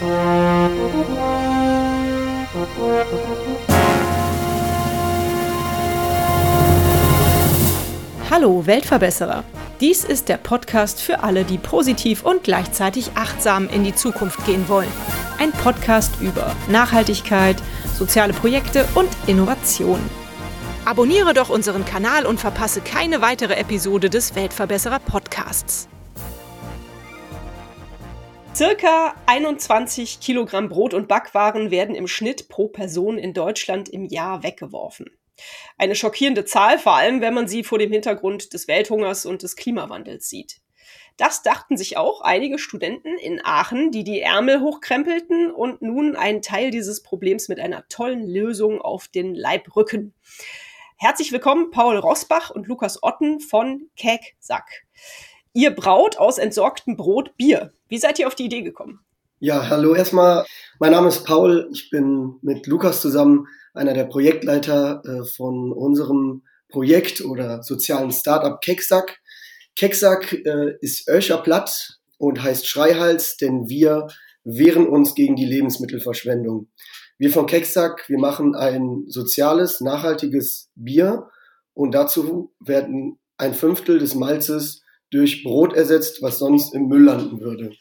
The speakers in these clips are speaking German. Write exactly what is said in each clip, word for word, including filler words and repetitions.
Hallo Weltverbesserer! Dies ist der Podcast für alle, die positiv und gleichzeitig achtsam in die Zukunft gehen wollen. Ein Podcast über Nachhaltigkeit, soziale Projekte und Innovation. Abonniere doch unseren Kanal und verpasse keine weitere Episode des Weltverbesserer Podcasts. Circa einundzwanzig Kilogramm Brot und Backwaren werden im Schnitt pro Person in Deutschland im Jahr weggeworfen. Eine schockierende Zahl, vor allem wenn man sie vor dem Hintergrund des Welthungers und des Klimawandels sieht. Das dachten sich auch einige Studenten in Aachen, die die Ärmel hochkrempelten und nun einen Teil dieses Problems mit einer tollen Lösung auf den Leib rücken. Herzlich willkommen Paul Rosbach und Lukas Otten von Kecksack. Ihr braut aus entsorgtem Brot Bier. Wie seid ihr auf die Idee gekommen? Ja, hallo erstmal. Mein Name ist Paul. Ich bin mit Lukas zusammen einer der Projektleiter äh, von unserem Projekt oder sozialen Startup Kecksack. Kecksack äh, ist Öscher platt und heißt Schreihals, denn wir wehren uns gegen die Lebensmittelverschwendung. Wir von Kecksack, wir machen ein soziales, nachhaltiges Bier und dazu werden ein Fünftel des Malzes durch Brot ersetzt, was sonst im Müll landen würde.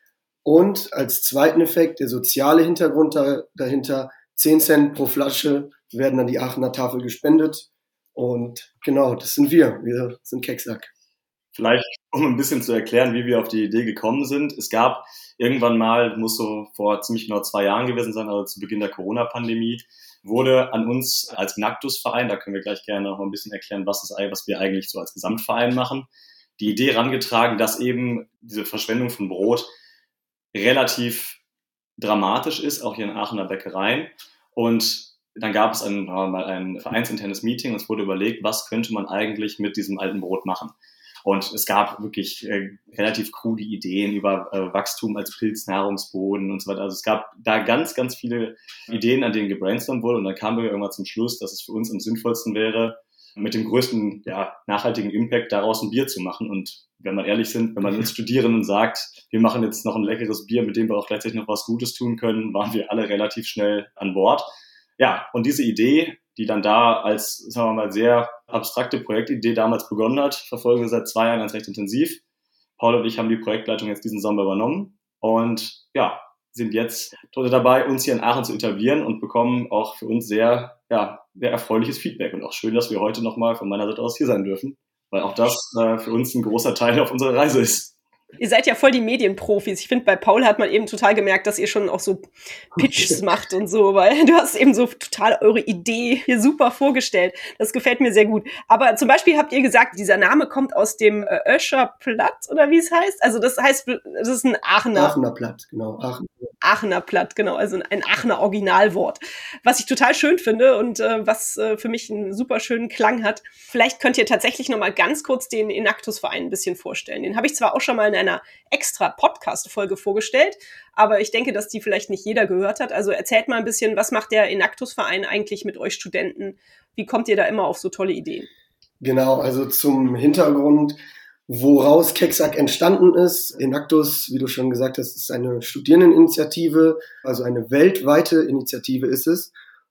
Und als zweiten Effekt, der soziale Hintergrund da, dahinter, zehn Cent pro Flasche werden an die Aachener Tafel gespendet. Und genau, das sind wir. Wir sind Kecksack. Vielleicht, um ein bisschen zu erklären, wie wir auf die Idee gekommen sind. Es gab irgendwann mal, muss so vor ziemlich genau zwei Jahren gewesen sein, also zu Beginn der Corona-Pandemie, wurde an uns als Enactus-Verein, da können wir gleich gerne noch ein bisschen erklären, was, ist, was wir eigentlich so als Gesamtverein machen, die Idee herangetragen, dass eben diese Verschwendung von Brot relativ dramatisch ist, auch hier in Aachener Bäckereien. Und dann gab es ein, mal ein vereinsinternes Meeting und es wurde überlegt, was könnte man eigentlich mit diesem alten Brot machen. Und es gab wirklich äh, relativ krude Ideen über äh, Wachstum als Pilznahrungsboden und so weiter. Also es gab da ganz, ganz viele Ideen, an denen gebrainstormt wurde. Und dann kamen wir irgendwann zum Schluss, dass es für uns am sinnvollsten wäre, mit dem größten ja, nachhaltigen Impact daraus ein Bier zu machen. Und wenn wir ehrlich sind, wenn man uns Studierenden sagt, wir machen jetzt noch ein leckeres Bier, mit dem wir auch gleichzeitig noch was Gutes tun können, waren wir alle relativ schnell an Bord. Ja, und diese Idee, die dann da als, sagen wir mal, sehr abstrakte Projektidee damals begonnen hat, verfolgen wir seit zwei Jahren ganz recht intensiv. Paul und ich haben die Projektleitung jetzt diesen Sommer übernommen und ja, sind jetzt dabei, uns hier in Aachen zu etablieren und bekommen auch für uns sehr, ja, sehr erfreuliches Feedback. Und auch schön, dass wir heute nochmal von meiner Seite aus hier sein dürfen, weil auch das äh, für uns ein großer Teil auf unserer Reise ist. Ihr seid ja voll die Medienprofis. Ich finde, bei Paul hat man eben total gemerkt, dass ihr schon auch so Pitches macht und so, weil du hast eben so total eure Idee hier super vorgestellt. Das gefällt mir sehr gut. Aber zum Beispiel habt ihr gesagt, dieser Name kommt aus dem äh, Öscher Platt, oder wie es heißt? Also das heißt, das ist ein Aachener. Aachener Platt, genau. Aachen. Aachener Platt, genau, also ein Aachener Originalwort. Was ich total schön finde und äh, was äh, für mich einen super schönen Klang hat. Vielleicht könnt ihr tatsächlich noch mal ganz kurz den Enactus-Verein ein bisschen vorstellen. Den habe ich zwar auch schon mal in einer extra Podcast-Folge vorgestellt, aber ich denke, dass die vielleicht nicht jeder gehört hat. Also erzählt mal ein bisschen, was macht der Enactus-Verein eigentlich mit euch Studenten? Wie kommt ihr da immer auf so tolle Ideen? Genau, also zum Hintergrund, woraus Kecksack entstanden ist. Enactus, wie du schon gesagt hast, ist eine Studierendeninitiative, also eine weltweite Initiative ist es.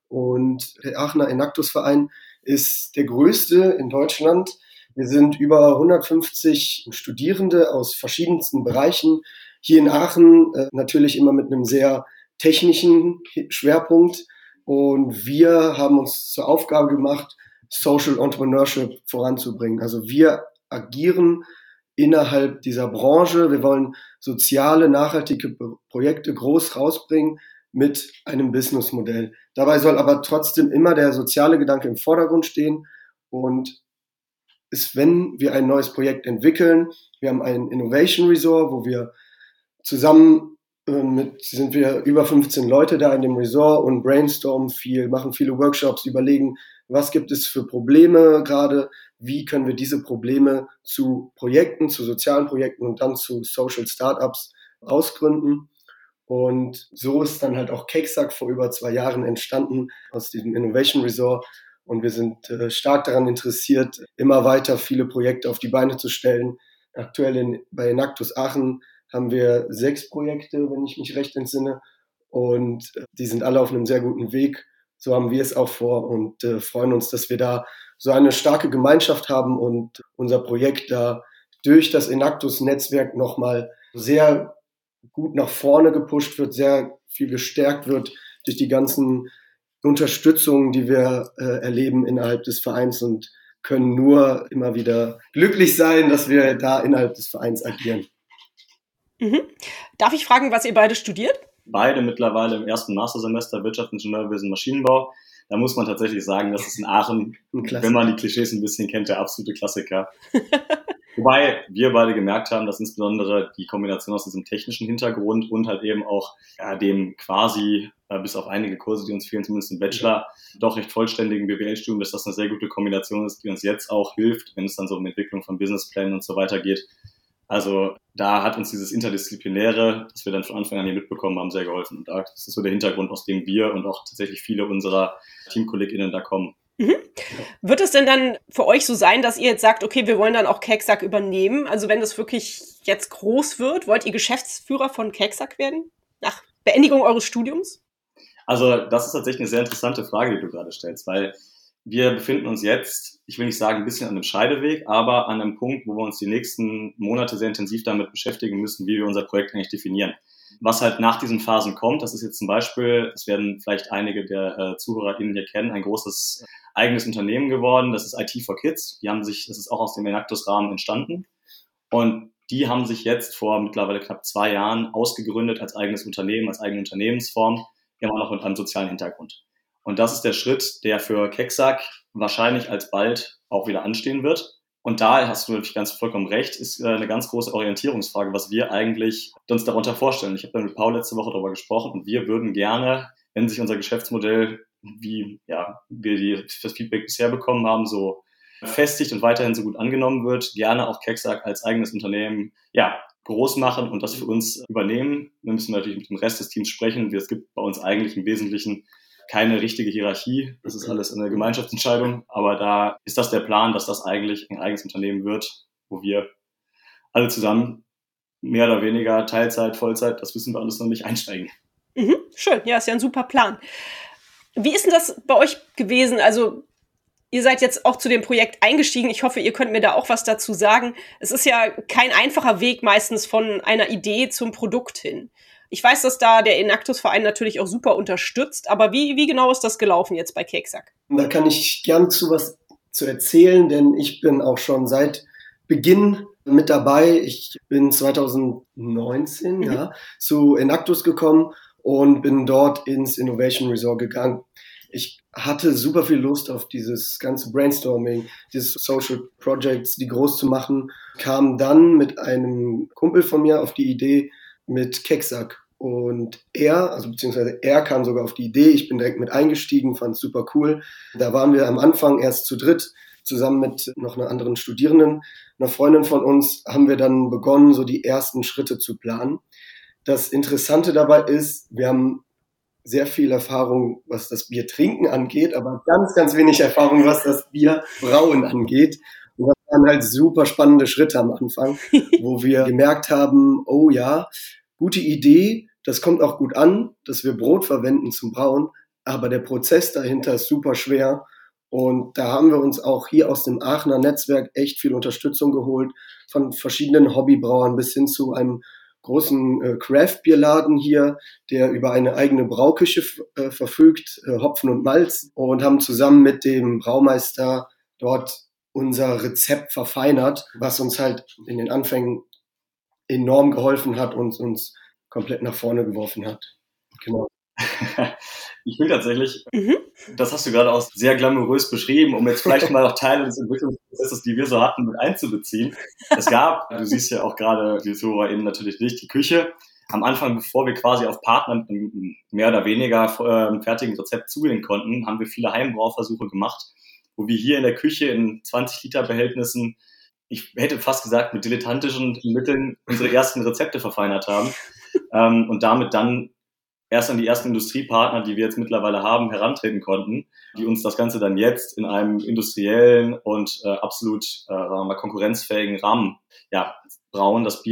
Und der Aachener Enactus-Verein ist der größte in Deutschland. Wir sind über hundertfünfzig Studierende aus verschiedensten Bereichen. Hier in Aachen äh, natürlich immer mit einem sehr technischen Schwerpunkt. Und wir haben uns zur Aufgabe gemacht, Social Entrepreneurship voranzubringen. Also wir agieren innerhalb dieser Branche. Wir wollen soziale, nachhaltige Projekte groß rausbringen mit einem Businessmodell. Dabei soll aber trotzdem immer der soziale Gedanke im Vordergrund stehen und ist, wenn wir ein neues Projekt entwickeln, wir haben ein Innovation Resort, wo wir zusammen äh, mit, sind wir über fünfzehn Leute da in dem Resort und brainstormen viel, machen viele Workshops, überlegen, was gibt es für Probleme gerade, wie können wir diese Probleme zu Projekten, zu sozialen Projekten und dann zu Social Startups ausgründen. Und so ist dann halt auch Kecksack vor über zwei Jahren entstanden aus diesem Innovation Resort. Und wir sind äh, stark daran interessiert, immer weiter viele Projekte auf die Beine zu stellen. Aktuell in, bei Enactus Aachen haben wir sechs Projekte, wenn ich mich recht entsinne. Und die sind alle auf einem sehr guten Weg. So haben wir es auch vor und äh, freuen uns, dass wir da so eine starke Gemeinschaft haben und unser Projekt da durch das Enactus-Netzwerk nochmal sehr gut nach vorne gepusht wird, sehr viel gestärkt wird durch die ganzen Unterstützungen, die wir äh, erleben innerhalb des Vereins und können nur immer wieder glücklich sein, dass wir da innerhalb des Vereins agieren. Mhm. Darf ich fragen, was ihr beide studiert? Beide mittlerweile im ersten Mastersemester Wirtschaftsingenieurwesen, Maschinenbau. Da muss man tatsächlich sagen, das ist in Aachen, wenn man die Klischees ein bisschen kennt, der absolute Klassiker. Wobei wir beide gemerkt haben, dass insbesondere die Kombination aus diesem technischen Hintergrund und halt eben auch ja, dem quasi, äh, bis auf einige Kurse, die uns fehlen, zumindest im Bachelor, doch recht vollständigen B W L-Studium, dass das eine sehr gute Kombination ist, die uns jetzt auch hilft, wenn es dann so um Entwicklung von Businessplänen und so weiter geht. Also da hat uns dieses Interdisziplinäre, das wir dann von Anfang an hier mitbekommen haben, sehr geholfen. Und das ist so der Hintergrund, aus dem wir und auch tatsächlich viele unserer TeamkollegInnen da kommen. Mhm. Wird es denn dann für euch so sein, dass ihr jetzt sagt, okay, wir wollen dann auch Keksack übernehmen? Also wenn das wirklich jetzt groß wird, wollt ihr Geschäftsführer von Keksack werden? Nach Beendigung eures Studiums? Also das ist tatsächlich eine sehr interessante Frage, die du gerade stellst, weil wir befinden uns jetzt, ich will nicht sagen ein bisschen an einem Scheideweg, aber an einem Punkt, wo wir uns die nächsten Monate sehr intensiv damit beschäftigen müssen, wie wir unser Projekt eigentlich definieren. Was halt nach diesen Phasen kommt, das ist jetzt zum Beispiel, das werden vielleicht einige der äh, ZuhörerInnen hier kennen, ein großes eigenes Unternehmen geworden, das ist I T for Kids. Die haben sich, das ist auch aus dem Enactus-Rahmen entstanden und die haben sich jetzt vor mittlerweile knapp zwei Jahren ausgegründet als eigenes Unternehmen, als eigene Unternehmensform, immer noch mit einem sozialen Hintergrund. Und das ist der Schritt, der für Keksack wahrscheinlich alsbald auch wieder anstehen wird. Und da hast du natürlich ganz vollkommen recht, ist eine ganz große Orientierungsfrage, was wir eigentlich uns darunter vorstellen. Ich habe mit Paul letzte Woche darüber gesprochen und wir würden gerne, wenn sich unser Geschäftsmodell, wie ja wir die, das Feedback bisher bekommen haben, so festigt und weiterhin so gut angenommen wird, gerne auch Keksack als eigenes Unternehmen ja groß machen und das für uns übernehmen. Wir müssen natürlich mit dem Rest des Teams sprechen. Es gibt bei uns eigentlich im Wesentlichen keine richtige Hierarchie. Das ist alles eine Gemeinschaftsentscheidung. Aber da ist das der Plan, dass das eigentlich ein eigenes Unternehmen wird, wo wir alle zusammen mehr oder weniger Teilzeit, Vollzeit, das wissen wir alles noch nicht, einsteigen. Mhm, schön, ja, ist ja ein super Plan. Wie ist denn das bei euch gewesen? Also ihr seid jetzt auch zu dem Projekt eingestiegen. Ich hoffe, ihr könnt mir da auch was dazu sagen. Es ist ja kein einfacher Weg meistens von einer Idee zum Produkt hin. Ich weiß, dass da der Enactus-Verein natürlich auch super unterstützt, aber wie, wie genau ist das gelaufen jetzt bei Keksack? Da kann ich gern zu was zu erzählen, denn ich bin auch schon seit Beginn mit dabei. Ich bin zwanzig neunzehn mhm. ja, zu Enactus gekommen und bin dort ins Innovation Resort gegangen. Ich hatte super viel Lust auf dieses ganze Brainstorming, diese Social Projects, die groß zu machen, kam dann mit einem Kumpel von mir auf die Idee mit Keksack. Und er, also beziehungsweise er kam sogar auf die Idee, ich bin direkt mit eingestiegen, fand es super cool. Da waren wir am Anfang erst zu dritt, zusammen mit noch einer anderen Studierenden, einer Freundin von uns, haben wir dann begonnen, so die ersten Schritte zu planen. Das Interessante dabei ist, wir haben sehr viel Erfahrung, was das Bier trinken angeht, aber ganz, ganz wenig Erfahrung, was das Bier brauen angeht. Und das waren halt super spannende Schritte am Anfang, wo wir gemerkt haben, oh ja, gute Idee, das kommt auch gut an, dass wir Brot verwenden zum Brauen, aber der Prozess dahinter ist super schwer. Und da haben wir uns auch hier aus dem Aachener Netzwerk echt viel Unterstützung geholt, von verschiedenen Hobbybrauern bis hin zu einem großen äh, Craft-Bierladen hier, der über eine eigene Brauküche f- äh, verfügt, äh, Hopfen und Malz, und haben zusammen mit dem Braumeister dort unser Rezept verfeinert, was uns halt in den Anfängen enorm geholfen hat und uns komplett nach vorne geworfen hat. Genau. Ich will tatsächlich, mhm. das hast du gerade auch sehr glamourös beschrieben, um jetzt vielleicht mal auch Teile des Entwicklungsprozesses, die wir so hatten, mit einzubeziehen. Es gab, du siehst ja auch gerade, die ZuhörerInnen natürlich nicht, die Küche. Am Anfang, bevor wir quasi auf Partner mit einem mehr oder weniger äh, fertigen Rezept zugehen konnten, haben wir viele Heimbrauversuche gemacht, wo wir hier in der Küche in zwanzig Liter Behältnissen, ich hätte fast gesagt, mit dilettantischen Mitteln unsere ersten Rezepte verfeinert haben ähm, und damit dann erst an die ersten Industriepartner, die wir jetzt mittlerweile haben, herantreten konnten, die uns das Ganze dann jetzt in einem industriellen und äh, absolut äh, sagen wir mal, konkurrenzfähigen Rahmen ja, brauen, das Bier.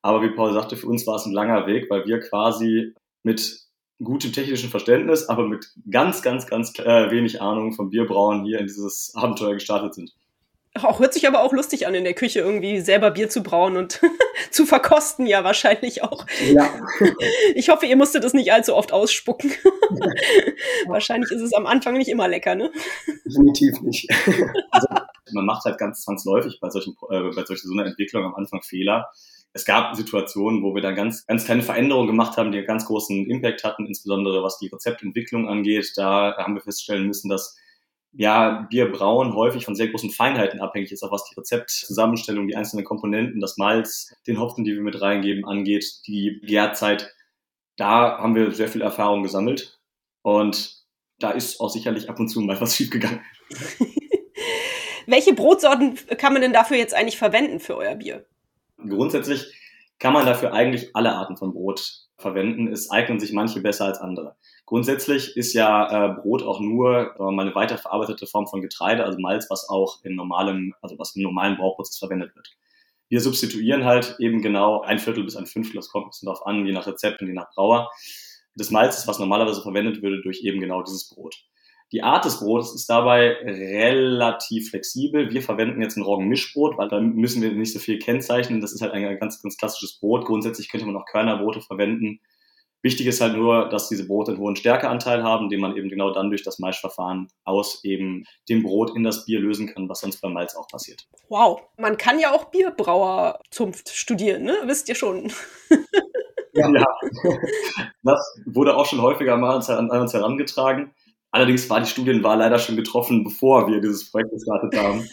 Aber wie Paul sagte, für uns war es ein langer Weg, weil wir quasi mit gutem technischen Verständnis, aber mit ganz, ganz, ganz äh, wenig Ahnung vom Bierbrauen hier in dieses Abenteuer gestartet sind. Auch hört sich aber auch lustig an, in der Küche irgendwie selber Bier zu brauen und zu verkosten, ja wahrscheinlich auch. Ja. Ich hoffe, ihr musstet es nicht allzu oft ausspucken. Wahrscheinlich ist es am Anfang nicht immer lecker, ne? Definitiv nicht. Also, man macht halt ganz zwangsläufig bei solchen, äh, bei solchen so einer Entwicklung am Anfang Fehler. Es gab Situationen, wo wir dann ganz, ganz kleine Veränderungen gemacht haben, die einen ganz großen Impact hatten, insbesondere was die Rezeptentwicklung angeht. Da haben wir feststellen müssen, dass ja, Bierbrauen häufig von sehr großen Feinheiten abhängig ist, auch was die Rezeptzusammenstellung, die einzelnen Komponenten, das Malz, den Hopfen, die wir mit reingeben, angeht, die Gärzeit. Da haben wir sehr viel Erfahrung gesammelt und da ist auch sicherlich ab und zu mal was schiefgegangen. Welche Brotsorten kann man denn dafür jetzt eigentlich verwenden für euer Bier? Grundsätzlich kann man dafür eigentlich alle Arten von Brot verwenden. Es eignen sich manche besser als andere. Grundsätzlich ist ja äh, Brot auch nur äh, mal eine weiterverarbeitete Form von Getreide, also Malz, was auch in normalem, also was im normalen Brauprozess verwendet wird. Wir substituieren halt eben genau ein Viertel bis ein Fünftel, das kommt ein bisschen darauf an, je nach Rezept und je nach Brauer, des Malzes, was normalerweise verwendet würde, durch eben genau dieses Brot. Die Art des Brotes ist dabei relativ flexibel. Wir verwenden jetzt ein Roggenmischbrot, weil da müssen wir nicht so viel kennzeichnen. Das ist halt ein ganz, ganz klassisches Brot. Grundsätzlich könnte man auch Körnerbrote verwenden. Wichtig ist halt nur, dass diese Brote einen hohen Stärkeanteil haben, den man eben genau dann durch das Maischverfahren aus eben dem Brot in das Bier lösen kann, was sonst beim Malz auch passiert. Wow, man kann ja auch Bierbrauerzunft studieren, ne? Wisst ihr schon. Ja, ja. Das wurde auch schon häufiger mal an uns herangetragen. Allerdings war die Studienwahl leider schon getroffen, bevor wir dieses Projekt gestartet haben.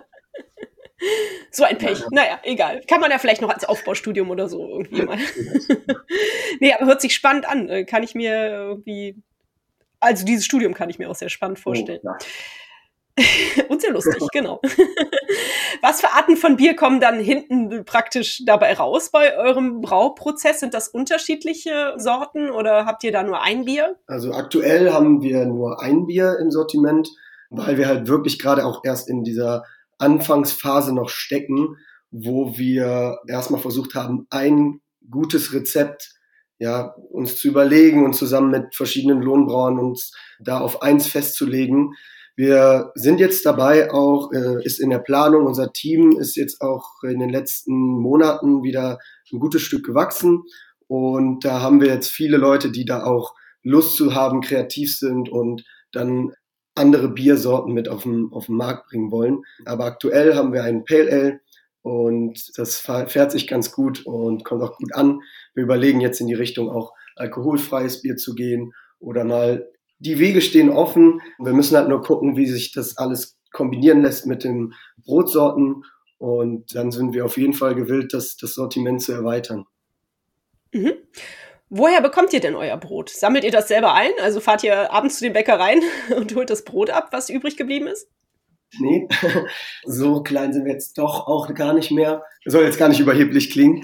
So ein Pech. Naja, egal. Kann man ja vielleicht noch als Aufbaustudium oder so irgendwie mal. Nee, aber hört sich spannend an. Kann ich mir irgendwie, also dieses Studium kann ich mir auch sehr spannend vorstellen. Oh, ja. Und sehr lustig, genau. Was für Arten von Bier kommen dann hinten praktisch dabei raus bei eurem Brauprozess? Sind das unterschiedliche Sorten oder habt ihr da nur ein Bier? Also aktuell haben wir nur ein Bier im Sortiment, weil wir halt wirklich gerade auch erst in dieser Anfangsphase noch stecken, wo wir erstmal versucht haben, ein gutes Rezept ja, uns zu überlegen und zusammen mit verschiedenen Lohnbrauern uns da auf eins festzulegen. Wir sind jetzt dabei, auch äh, ist in der Planung, unser Team ist jetzt auch in den letzten Monaten wieder ein gutes Stück gewachsen und da haben wir jetzt viele Leute, die da auch Lust zu haben, kreativ sind und dann andere Biersorten mit auf den, auf den Markt bringen wollen. Aber aktuell haben wir einen Pale Ale und das fährt sich ganz gut und kommt auch gut an. Wir überlegen jetzt in die Richtung auch alkoholfreies Bier zu gehen oder mal, die Wege stehen offen. Wir müssen halt nur gucken, wie sich das alles kombinieren lässt mit den Brotsorten und dann sind wir auf jeden Fall gewillt, das, das Sortiment zu erweitern. Mhm. Woher bekommt ihr denn euer Brot? Sammelt ihr das selber ein? Also fahrt ihr abends zu den Bäckereien und holt das Brot ab, was übrig geblieben ist? Nee, so klein sind wir jetzt doch auch gar nicht mehr. Das soll jetzt gar nicht überheblich klingen.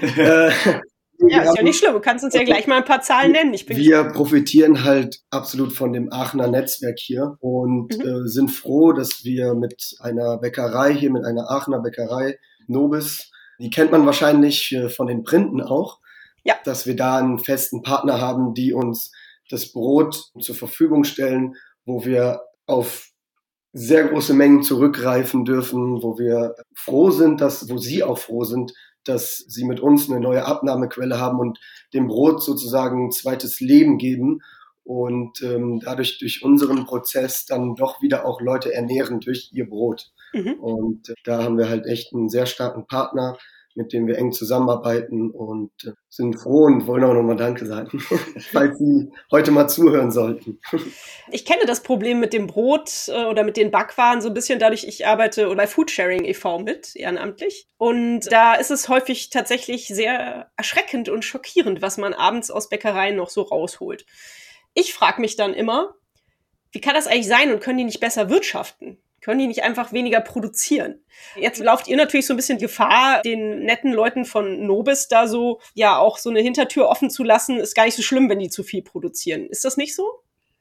Ja, ist ja nicht schlimm. Du kannst uns ja gleich mal ein paar Zahlen nennen. Ich bin wir gespannt. Profitieren halt absolut von dem Aachener Netzwerk hier und mhm. äh, sind froh, dass wir mit einer Bäckerei hier, mit einer Aachener Bäckerei, Nobis, die kennt man wahrscheinlich äh, von den Printen auch, ja. dass wir da einen festen Partner haben, die uns das Brot zur Verfügung stellen, wo wir auf sehr große Mengen zurückgreifen dürfen, wo wir froh sind, dass, wo sie auch froh sind, dass sie mit uns eine neue Abnahmequelle haben und dem Brot sozusagen ein zweites Leben geben und ähm, dadurch durch unseren Prozess dann doch wieder auch Leute ernähren durch ihr Brot. Mhm. Und äh, da haben wir halt echt einen sehr starken Partner, mit dem wir eng zusammenarbeiten und äh, sind froh und wollen auch nochmal Danke sagen, falls Sie heute mal zuhören sollten. Ich kenne das Problem mit dem Brot äh, oder mit den Backwaren so ein bisschen dadurch, ich arbeite bei Foodsharing e V mit, ehrenamtlich. Und da ist es häufig tatsächlich sehr erschreckend und schockierend, was man abends aus Bäckereien noch so rausholt. Ich frage mich dann immer, wie kann das eigentlich sein und können die nicht besser wirtschaften? Können die nicht einfach weniger produzieren? Jetzt lauft ihr natürlich so ein bisschen Gefahr, den netten Leuten von Nobis da so, ja, auch so eine Hintertür offen zu lassen. Ist gar nicht so schlimm, wenn die zu viel produzieren. Ist das nicht so?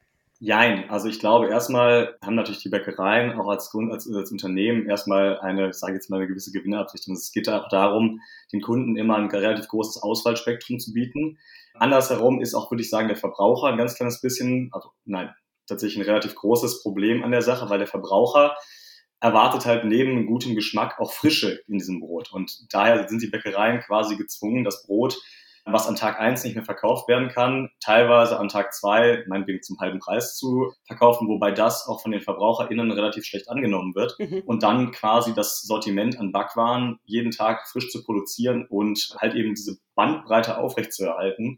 Jein, also ich glaube, erstmal haben natürlich die Bäckereien auch als Grund, als, als Unternehmen erstmal eine, ich sage jetzt mal, eine gewisse Gewinnabsicht. Und es geht auch darum, den Kunden immer ein relativ großes Auswahlspektrum zu bieten. Andersherum ist auch, würde ich sagen, der Verbraucher ein ganz kleines bisschen, also nein, tatsächlich ein relativ großes Problem an der Sache, weil der Verbraucher erwartet halt neben gutem Geschmack auch Frische in diesem Brot. Und daher sind die Bäckereien quasi gezwungen, das Brot, was an Tag eins nicht mehr verkauft werden kann, teilweise an Tag zwei, meinetwegen zum halben Preis zu verkaufen, wobei das auch von den VerbraucherInnen relativ schlecht angenommen wird. Mhm. Und dann quasi das Sortiment an Backwaren jeden Tag frisch zu produzieren und halt eben diese Bandbreite aufrechtzuerhalten,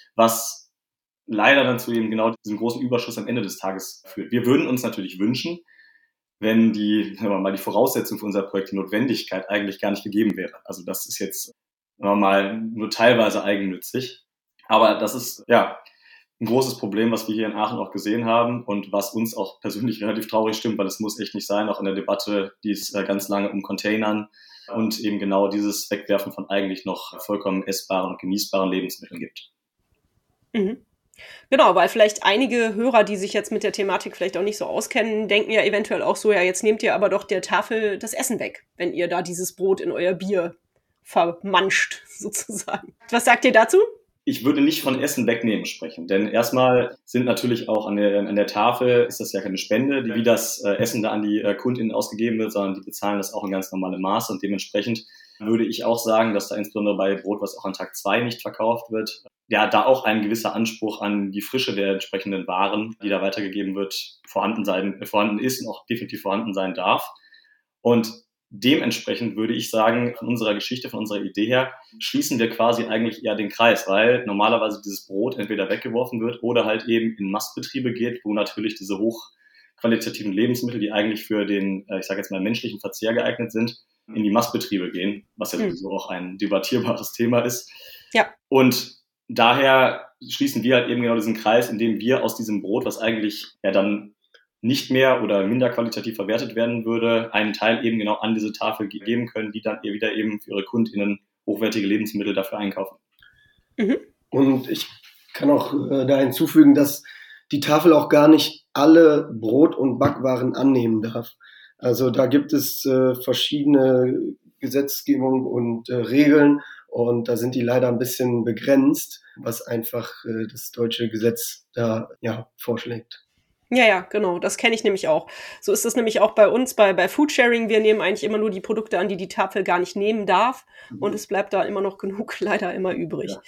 was leider dann zu eben genau diesem großen Überschuss am Ende des Tages führt. Wir würden uns natürlich wünschen, wenn die, sagen wir mal, die Voraussetzung für unser Projekt, die Notwendigkeit eigentlich gar nicht gegeben wäre. Also das ist jetzt mal nur teilweise eigennützig. Aber das ist ja ein großes Problem, was wir hier in Aachen auch gesehen haben und was uns auch persönlich relativ traurig stimmt, weil es muss echt nicht sein, auch in der Debatte, die es ganz lange um Containern und eben genau dieses Wegwerfen von eigentlich noch vollkommen essbaren und genießbaren Lebensmitteln gibt. Mhm. Genau, weil vielleicht einige Hörer, die sich jetzt mit der Thematik vielleicht auch nicht so auskennen, denken ja eventuell auch so, ja, jetzt nehmt ihr aber doch der Tafel das Essen weg, wenn ihr da dieses Brot in euer Bier vermanscht, sozusagen. Was sagt ihr dazu? Ich würde nicht von Essen wegnehmen sprechen, denn erstmal sind natürlich auch an der, an der Tafel, ist das ja keine Spende, die wie das äh, Essen da an die äh, KundInnen ausgegeben wird, sondern die bezahlen das auch in ganz normalem Maße und dementsprechend würde ich auch sagen, dass da insbesondere bei Brot, was auch an Tag zwei nicht verkauft wird, ja, da auch ein gewisser Anspruch an die Frische der entsprechenden Waren, die da weitergegeben wird, vorhanden sein, äh, vorhanden ist und auch definitiv vorhanden sein darf. Und dementsprechend würde ich sagen, von unserer Geschichte, von unserer Idee her, schließen wir quasi eigentlich eher den Kreis, weil normalerweise dieses Brot entweder weggeworfen wird oder halt eben in Mastbetriebe geht, wo natürlich diese hochqualitativen Lebensmittel, die eigentlich für den, ich sage jetzt mal, menschlichen Verzehr geeignet sind, in die Mastbetriebe gehen, was ja sowieso auch ein debattierbares Thema ist. Ja. Und daher schließen wir halt eben genau diesen Kreis, indem wir aus diesem Brot, was eigentlich ja dann nicht mehr oder minder qualitativ verwertet werden würde, einen Teil eben genau an diese Tafel geben können, die dann wieder eben für ihre KundInnen hochwertige Lebensmittel dafür einkaufen. Mhm. Und ich kann auch äh, da hinzufügen, dass die Tafel auch gar nicht alle Brot- und Backwaren annehmen darf. Also da gibt es äh, verschiedene Gesetzgebungen und äh, Regeln und da sind die leider ein bisschen begrenzt, was einfach äh, das deutsche Gesetz da ja vorschlägt. Ja, ja, genau. Das kenne ich nämlich auch. So ist es nämlich auch bei uns, bei, bei Foodsharing. Wir nehmen eigentlich immer nur die Produkte an, die die Tafel gar nicht nehmen darf. Mhm. Und es bleibt da immer noch genug, leider immer übrig. Ja,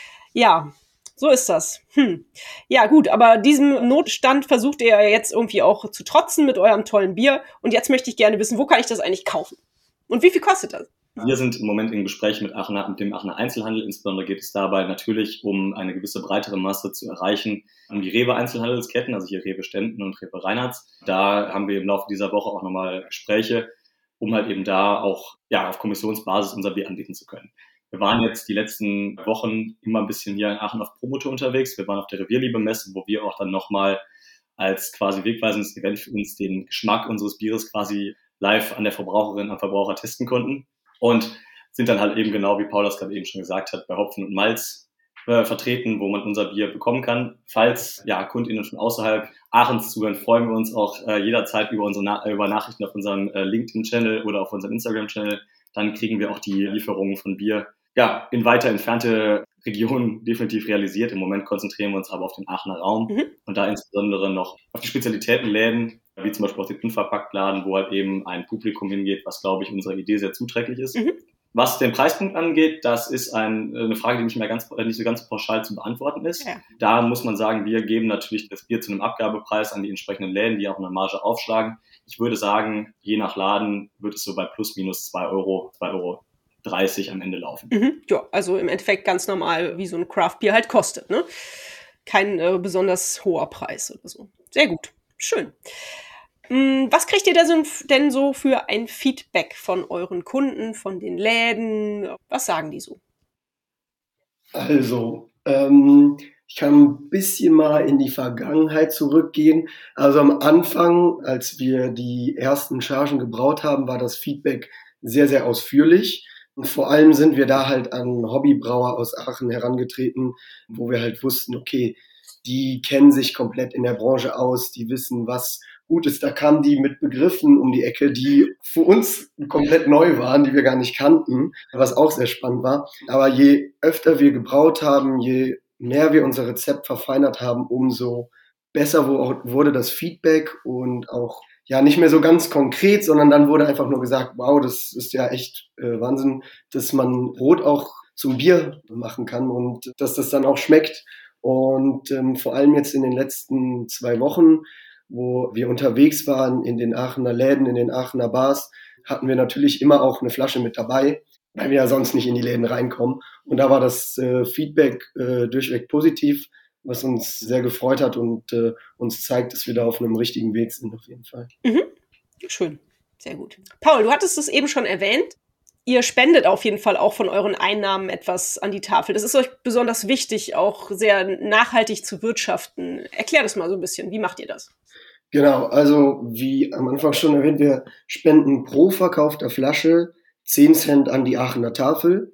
ja, so ist das. Hm. Ja, gut, aber diesem Notstand versucht ihr ja jetzt irgendwie auch zu trotzen mit eurem tollen Bier. Und jetzt möchte ich gerne wissen, wo kann ich das eigentlich kaufen? Und wie viel kostet das? Wir sind im Moment im Gespräch mit, Aachener, mit dem Aachener Einzelhandel. Insbesondere geht es dabei natürlich um eine gewisse breitere Masse zu erreichen, um die Rewe-Einzelhandelsketten, also hier Rewe Stenden und Rewe Reinhardt. Da haben wir im Laufe dieser Woche auch nochmal Gespräche, um halt eben da auch ja auf Kommissionsbasis unser Bier anbieten zu können. Wir waren jetzt die letzten Wochen immer ein bisschen hier in Aachen auf Promotour unterwegs. Wir waren auf der Revierliebe-Messe, wo wir auch dann nochmal als quasi wegweisendes Event für uns den Geschmack unseres Bieres quasi live an der Verbraucherin, am Verbraucher testen konnten. Und sind dann halt eben genau, wie Paul das gerade eben schon gesagt hat, bei Hopfen und Malz äh, vertreten, wo man unser Bier bekommen kann. Falls ja KundInnen von außerhalb Aachens zuhören, freuen wir uns auch äh, jederzeit über unsere Na- über Nachrichten auf unserem äh, LinkedIn-Channel oder auf unserem Instagram-Channel. Dann kriegen wir auch die Lieferungen von Bier ja in weiter entfernte Regionen definitiv realisiert. Im Moment konzentrieren wir uns aber auf den Aachener Raum mhm. und da insbesondere noch auf die Spezialitätenläden, wie zum Beispiel auch den Unverpacktladen, wo halt eben ein Publikum hingeht, was, glaube ich, unserer Idee sehr zuträglich ist. Mhm. Was den Preispunkt angeht, das ist ein, eine Frage, die nicht mehr ganz, nicht so ganz pauschal zu beantworten ist. Ja. Da muss man sagen, wir geben natürlich das Bier zu einem Abgabepreis an die entsprechenden Läden, die auch eine Marge aufschlagen. Ich würde sagen, je nach Laden wird es so bei plus minus zwei Euro, zwei Euro dreißig am Ende laufen. Mhm. Ja, also im Endeffekt ganz normal, wie so ein Craft-Bier halt kostet, ne? Kein äh, besonders hoher Preis oder so. Sehr gut. Schön. Was kriegt ihr denn so für ein Feedback von euren Kunden, von den Läden? Was sagen die so? Also, ähm, ich kann ein bisschen mal in die Vergangenheit zurückgehen. Also am Anfang, als wir die ersten Chargen gebraut haben, war das Feedback sehr, sehr ausführlich. Und vor allem sind wir da halt an Hobbybrauer aus Aachen herangetreten, wo wir halt wussten, okay, die kennen sich komplett in der Branche aus, die wissen, was gut ist. Da kamen die mit Begriffen um die Ecke, die für uns komplett neu waren, die wir gar nicht kannten, was auch sehr spannend war. Aber je öfter wir gebraut haben, je mehr wir unser Rezept verfeinert haben, umso besser wurde das Feedback und auch ja nicht mehr so ganz konkret, sondern dann wurde einfach nur gesagt, wow, das ist ja echt äh, Wahnsinn, dass man Brot auch zum Bier machen kann und dass das dann auch schmeckt. Und ähm, vor allem jetzt in den letzten zwei Wochen, wo wir unterwegs waren in den Aachener Läden, in den Aachener Bars, hatten wir natürlich immer auch eine Flasche mit dabei, weil wir ja sonst nicht in die Läden reinkommen. Und da war das äh, Feedback äh, durchweg positiv, was uns sehr gefreut hat und äh, uns zeigt, dass wir da auf einem richtigen Weg sind, auf jeden Fall. Mhm. Schön, sehr gut. Paul, du hattest es eben schon erwähnt. Ihr spendet auf jeden Fall auch von euren Einnahmen etwas an die Tafel. Das ist euch besonders wichtig, auch sehr nachhaltig zu wirtschaften. Erklär das mal so ein bisschen. Wie macht ihr das? Genau, also wie am Anfang schon erwähnt, wir spenden pro verkaufter Flasche zehn Cent an die Aachener Tafel.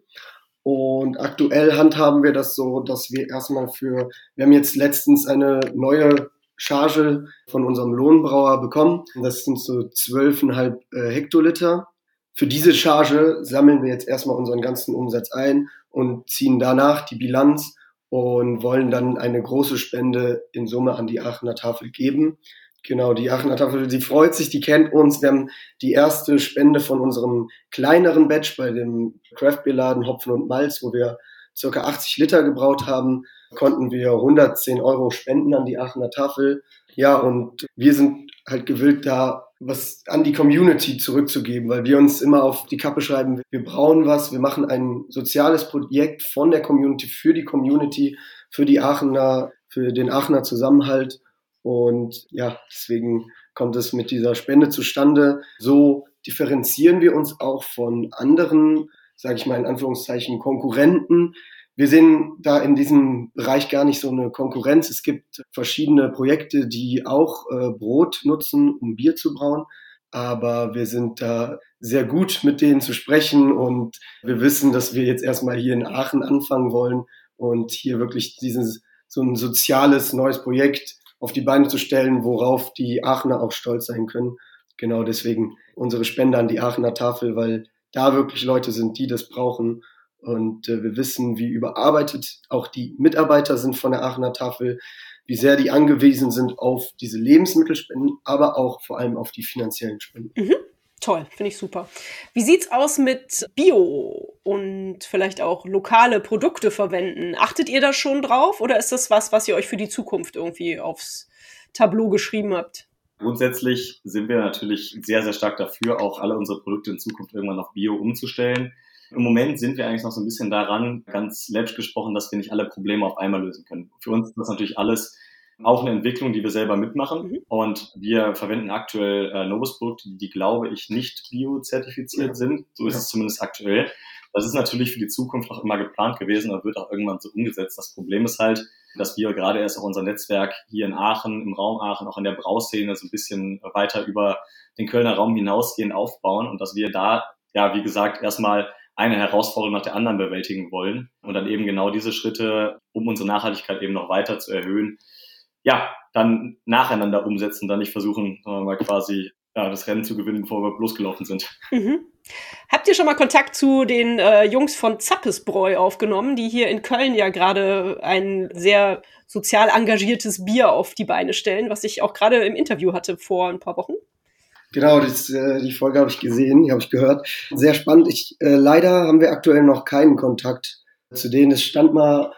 Und aktuell handhaben wir das so, dass wir erstmal für, wir haben jetzt letztens eine neue Charge von unserem Lohnbrauer bekommen. Das sind so zwölfeinhalb äh, Hektoliter. Für diese Charge sammeln wir jetzt erstmal unseren ganzen Umsatz ein und ziehen danach die Bilanz und wollen dann eine große Spende in Summe an die Aachener Tafel geben. Genau, die Aachener Tafel, die freut sich, die kennt uns. Wir haben die erste Spende von unserem kleineren Batch bei dem Craft-Bier-Laden Hopfen und Malz, wo wir circa achtzig Liter gebraut haben, konnten wir hundertzehn Euro spenden an die Aachener Tafel. Ja, und wir sind halt gewillt, da was an die Community zurückzugeben, weil wir uns immer auf die Kappe schreiben, wir brauen was, wir machen ein soziales Projekt von der Community, für die Community, für die Aachener, für den Aachener Zusammenhalt. Und ja, deswegen kommt es mit dieser Spende zustande. So differenzieren wir uns auch von anderen, sage ich mal in Anführungszeichen, Konkurrenten. Wir sehen da in diesem Bereich gar nicht so eine Konkurrenz. Es gibt verschiedene Projekte, die auch äh, Brot nutzen, um Bier zu brauen. Aber wir sind da sehr gut mit denen zu sprechen und wir wissen, dass wir jetzt erstmal hier in Aachen anfangen wollen und hier wirklich dieses so ein soziales neues Projekt auf die Beine zu stellen, worauf die Aachener auch stolz sein können. Genau deswegen unsere Spende an die Aachener Tafel, weil da wirklich Leute sind, die das brauchen. Und äh, wir wissen, wie überarbeitet auch die Mitarbeiter sind von der Aachener Tafel, wie sehr die angewiesen sind auf diese Lebensmittelspenden, aber auch vor allem auf die finanziellen Spenden. Mhm. Toll, finde ich super. Wie sieht's aus mit Bio und vielleicht auch lokale Produkte verwenden? Achtet ihr da schon drauf oder ist das was, was ihr euch für die Zukunft irgendwie aufs Tableau geschrieben habt? Grundsätzlich sind wir natürlich sehr, sehr stark dafür, auch alle unsere Produkte in Zukunft irgendwann auf Bio umzustellen. Im Moment sind wir eigentlich noch so ein bisschen daran, ganz läppisch gesprochen, dass wir nicht alle Probleme auf einmal lösen können. Für uns ist das natürlich alles auch eine Entwicklung, die wir selber mitmachen. Mhm. Und wir verwenden aktuell äh, Novus-Produkte, die, glaube ich, nicht biozertifiziert ja. sind. So ist ja. es zumindest aktuell. Das ist natürlich für die Zukunft auch immer geplant gewesen und wird auch irgendwann so umgesetzt. Das Problem ist halt, dass wir gerade erst auch unser Netzwerk hier in Aachen, im Raum Aachen, auch in der Brauszene so ein bisschen weiter über den Kölner Raum hinausgehend aufbauen und dass wir da, ja, wie gesagt, erstmal eine Herausforderung nach der anderen bewältigen wollen und dann eben genau diese Schritte, um unsere Nachhaltigkeit eben noch weiter zu erhöhen, ja, dann nacheinander umsetzen, dann nicht versuchen, sagen wir mal quasi ja, das Rennen zu gewinnen, bevor wir losgelaufen sind. Mhm. Habt ihr schon mal Kontakt zu den äh, Jungs von Zappesbräu aufgenommen, die hier in Köln ja gerade ein sehr sozial engagiertes Bier auf die Beine stellen, was ich auch gerade im Interview hatte vor ein paar Wochen? Genau, das, äh, die Folge habe ich gesehen, die habe ich gehört. Sehr spannend. Ich, äh, leider haben wir aktuell noch keinen Kontakt zu denen. Es stand mal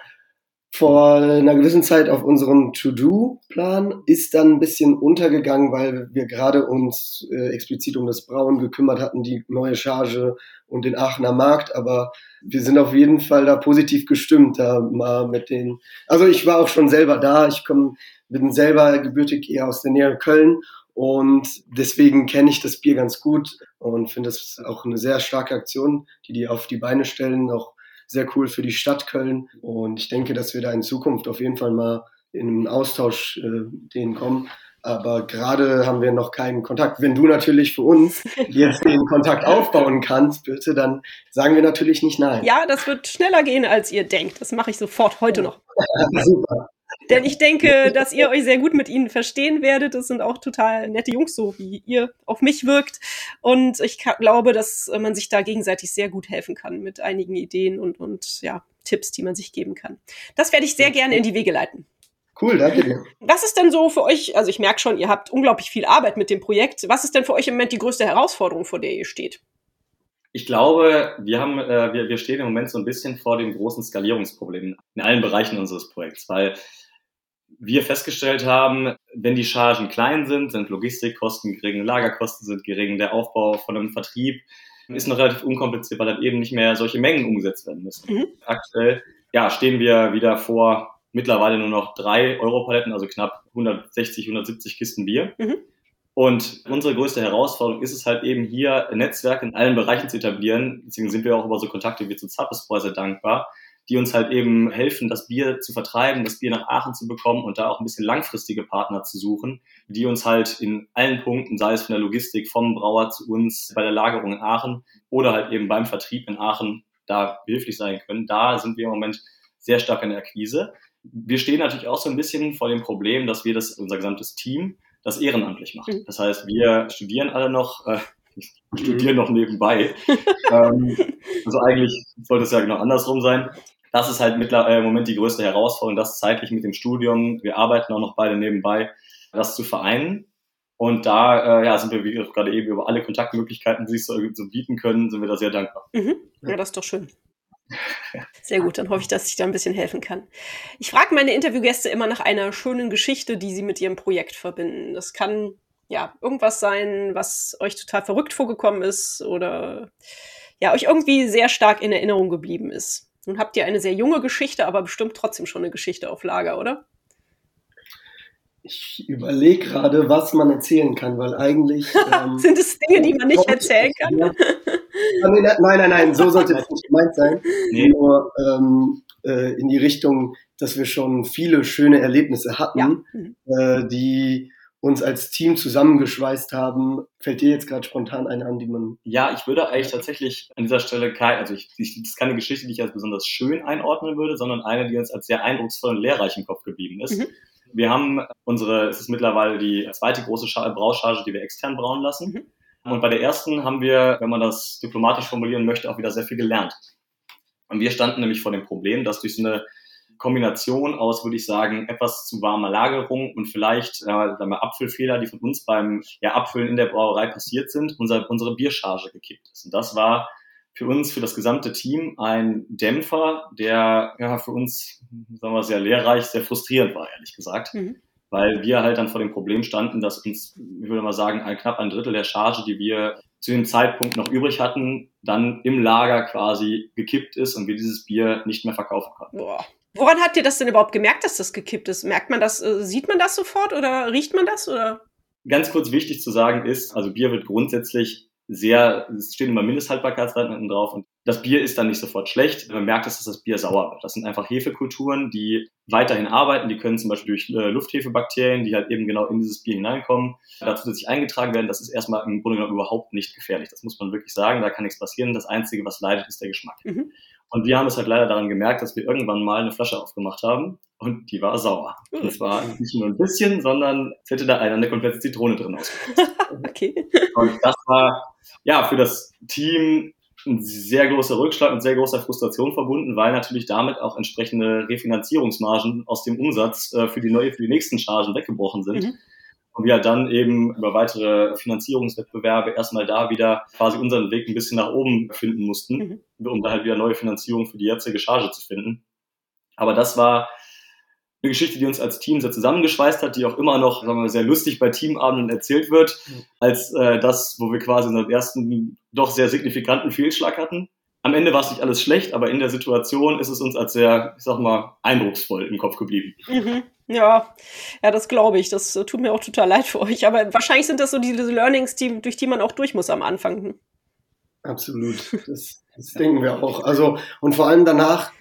vor einer gewissen Zeit auf unserem To-Do-Plan, ist dann ein bisschen untergegangen, weil wir gerade uns äh, explizit um das Brauen gekümmert hatten, die neue Charge und den Aachener Markt, aber wir sind auf jeden Fall da positiv gestimmt, da mal mit den, also ich war auch schon selber da, ich komm, bin selber gebürtig eher aus der Nähe Köln und deswegen kenne ich das Bier ganz gut und finde das auch eine sehr starke Aktion, die die auf die Beine stellen, auch sehr cool für die Stadt Köln und ich denke, dass wir da in Zukunft auf jeden Fall mal in einen Austausch äh, denen kommen. Aber gerade haben wir noch keinen Kontakt. Wenn du natürlich für uns jetzt den Kontakt aufbauen kannst, bitte, dann sagen wir natürlich nicht nein. Ja, das wird schneller gehen, als ihr denkt. Das mache ich sofort heute noch. Super. Denn ich denke, dass ihr euch sehr gut mit ihnen verstehen werdet. Das sind auch total nette Jungs, so wie ihr auf mich wirkt. Und ich ka- glaube, dass man sich da gegenseitig sehr gut helfen kann mit einigen Ideen und, und ja, Tipps, die man sich geben kann. Das werde ich sehr gerne in die Wege leiten. Cool, danke dir. Was ist denn so für euch, also ich merke schon, ihr habt unglaublich viel Arbeit mit dem Projekt. Was ist denn für euch im Moment die größte Herausforderung, vor der ihr steht? Ich glaube, wir haben, äh, wir, wir stehen im Moment so ein bisschen vor den großen Skalierungsproblemen in allen Bereichen unseres Projekts, weil wir festgestellt haben, wenn die Chargen klein sind, sind Logistikkosten gering, Lagerkosten sind gering, der Aufbau von einem Vertrieb ist noch relativ unkompliziert, weil dann eben nicht mehr solche Mengen umgesetzt werden müssen. Mhm. Aktuell, ja, stehen wir wieder vor mittlerweile nur noch drei Europaletten, also knapp hundertsechzig, hundertsiebzig Kisten Bier. Mhm. Und unsere größte Herausforderung ist es halt eben hier, Netzwerke in allen Bereichen zu etablieren. Deswegen sind wir auch über so Kontakte wie zu Zappesbräu sehr dankbar, die uns halt eben helfen, das Bier zu vertreiben, das Bier nach Aachen zu bekommen und da auch ein bisschen langfristige Partner zu suchen, die uns halt in allen Punkten, sei es von der Logistik, vom Brauer zu uns, bei der Lagerung in Aachen oder halt eben beim Vertrieb in Aachen, da behilflich sein können. Da sind wir im Moment sehr stark in der Akquise. Wir stehen natürlich auch so ein bisschen vor dem Problem, dass wir das, unser gesamtes Team, das ehrenamtlich macht. Das heißt, wir studieren alle noch, äh, studieren noch nebenbei. ähm, also eigentlich sollte es ja genau andersrum sein. Das ist halt mittlerweile im Moment die größte Herausforderung, das zeitlich mit dem Studium. Wir arbeiten auch noch beide nebenbei, das zu vereinen. Und da äh, ja, sind wir, wie gerade eben, über alle Kontaktmöglichkeiten, die sich so, so bieten können, sind wir da sehr dankbar. Mhm. Ja, das ist doch schön. Sehr gut, dann hoffe ich, dass ich da ein bisschen helfen kann. Ich frage meine Interviewgäste immer nach einer schönen Geschichte, die sie mit ihrem Projekt verbinden. Das kann ja irgendwas sein, was euch total verrückt vorgekommen ist oder ja, euch irgendwie sehr stark in Erinnerung geblieben ist. Nun habt ihr eine sehr junge Geschichte, aber bestimmt trotzdem schon eine Geschichte auf Lager, oder? Ich überlege gerade, was man erzählen kann, weil eigentlich... Ähm, Sind es Dinge, die man nicht erzählen kann? Ja. Nein, nein, nein, so sollte das nicht gemeint sein. Nee. Nur ähm, äh, in die Richtung, dass wir schon viele schöne Erlebnisse hatten, ja. mhm. äh, die uns als Team zusammengeschweißt haben. Fällt dir jetzt gerade spontan eine an, die man... Ja, ich würde eigentlich tatsächlich an dieser Stelle kein, also ich, ich, das ist keine Geschichte, die ich als besonders schön einordnen würde, sondern eine, die uns als sehr eindrucksvoll und lehrreich im Kopf geblieben ist. Mhm. Wir haben unsere, es ist mittlerweile die zweite große Braucharge, die wir extern brauen lassen. Mhm. Und bei der ersten haben wir, wenn man das diplomatisch formulieren möchte, auch wieder sehr viel gelernt. Und wir standen nämlich vor dem Problem, dass durch so eine Kombination aus, würde ich sagen, etwas zu warmer Lagerung und vielleicht äh, sagen wir Apfelfehler, die von uns beim ja, Abfüllen in der Brauerei passiert sind, unser, unsere Biercharge gekippt ist. Und das war für uns, für das gesamte Team ein Dämpfer, der ja für uns, sagen wir, sehr lehrreich, sehr frustrierend war, ehrlich gesagt. Mhm. Weil wir halt dann vor dem Problem standen, dass uns, ich würde mal sagen, ein, knapp ein Drittel der Charge, die wir zu dem Zeitpunkt noch übrig hatten, dann im Lager quasi gekippt ist und wir dieses Bier nicht mehr verkaufen konnten. Boah. Woran habt ihr das denn überhaupt gemerkt, dass das gekippt ist? Merkt man das, äh, sieht man das sofort oder riecht man das? Oder? Ganz kurz wichtig zu sagen ist, also Bier wird grundsätzlich sehr, es stehen immer Mindesthaltbarkeitsdaten drauf und das Bier ist dann nicht sofort schlecht. Man merkt, dass das Bier sauer wird. Das sind einfach Hefekulturen, die weiterhin arbeiten. Die können zum Beispiel durch äh, Lufthefebakterien, die halt eben genau in dieses Bier hineinkommen, da zusätzlich eingetragen werden. Das ist erstmal im Grunde genommen überhaupt nicht gefährlich. Das muss man wirklich sagen. Da kann nichts passieren. Das Einzige, was leidet, ist der Geschmack. Mhm. Und wir haben es halt leider daran gemerkt, dass wir irgendwann mal eine Flasche aufgemacht haben und die war sauer. Und zwar nicht nur ein bisschen, sondern es hätte da einer eine komplette Zitrone drin ausgepackt. Okay. Und das war ja für das Team ein sehr großer Rückschlag und sehr großer Frustration verbunden, weil natürlich damit auch entsprechende Refinanzierungsmargen aus dem Umsatz äh, für die neue, für die nächsten Chargen weggebrochen sind. Mhm. Und wir dann eben über weitere Finanzierungswettbewerbe erstmal da wieder quasi unseren Weg ein bisschen nach oben finden mussten, mhm. um da halt wieder neue Finanzierung für die jetzige Charge zu finden. Aber das war eine Geschichte, die uns als Team sehr zusammengeschweißt hat, die auch immer noch, sagen wir mal, sehr lustig bei Teamabenden erzählt wird, mhm. als äh, das, wo wir quasi unseren ersten doch sehr signifikanten Fehlschlag hatten. Am Ende war es nicht alles schlecht, aber in der Situation ist es uns als sehr, ich sag mal, eindrucksvoll im Kopf geblieben. Mhm. Ja, ja, das glaube ich. Das tut mir auch total leid für euch. Aber wahrscheinlich sind das so diese Learnings, die, durch die man auch durch muss am Anfang. Absolut. Das, das denken wir auch. Also, und vor allem danach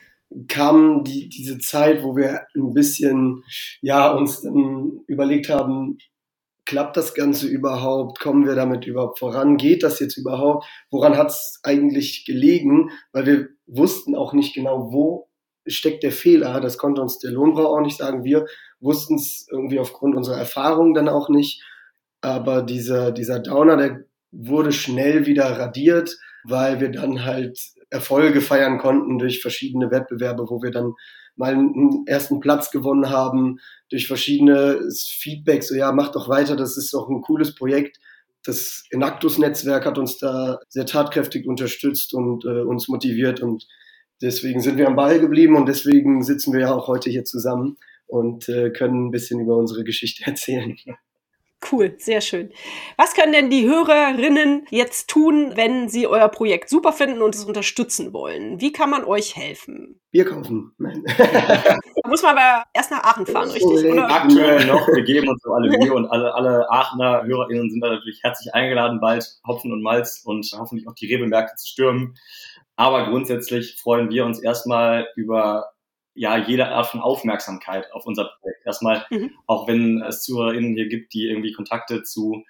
kam die, diese Zeit, wo wir ein bisschen, ja, uns dann überlegt haben, klappt das Ganze überhaupt? Kommen wir damit überhaupt voran? Geht das jetzt überhaupt? Woran hat es eigentlich gelegen? Weil wir wussten auch nicht genau, wo steckt der Fehler? Das konnte uns der Lohnbrauer auch nicht sagen. Wir wussten es irgendwie aufgrund unserer Erfahrung dann auch nicht. Aber dieser, dieser Downer, der wurde schnell wieder radiert, weil wir dann halt Erfolge feiern konnten durch verschiedene Wettbewerbe, wo wir dann mal einen ersten Platz gewonnen haben, durch verschiedene Feedbacks, so ja, mach doch weiter, das ist doch ein cooles Projekt. Das Enactus-Netzwerk hat uns da sehr tatkräftig unterstützt und äh, uns motiviert und deswegen sind wir am Ball geblieben und deswegen sitzen wir ja auch heute hier zusammen und äh, können ein bisschen über unsere Geschichte erzählen. Cool, sehr schön. Was können denn die Hörerinnen jetzt tun, wenn sie euer Projekt super finden und es unterstützen wollen? Wie kann man euch helfen? Bier kaufen. Nein. Da muss man aber erst nach Aachen fahren, richtig? Oder? Aktuell noch, wir geben uns so alle Mühe und alle, alle Aachener HörerInnen sind da natürlich herzlich eingeladen, bald Hopfen und Malz und hoffentlich auch die Rewe-Märkte zu stürmen. Aber grundsätzlich freuen wir uns erstmal über ja, jede Art von Aufmerksamkeit auf unser Projekt. Erstmal, mhm. auch wenn es ZuhörerInnen hier gibt, die irgendwie Kontakte zu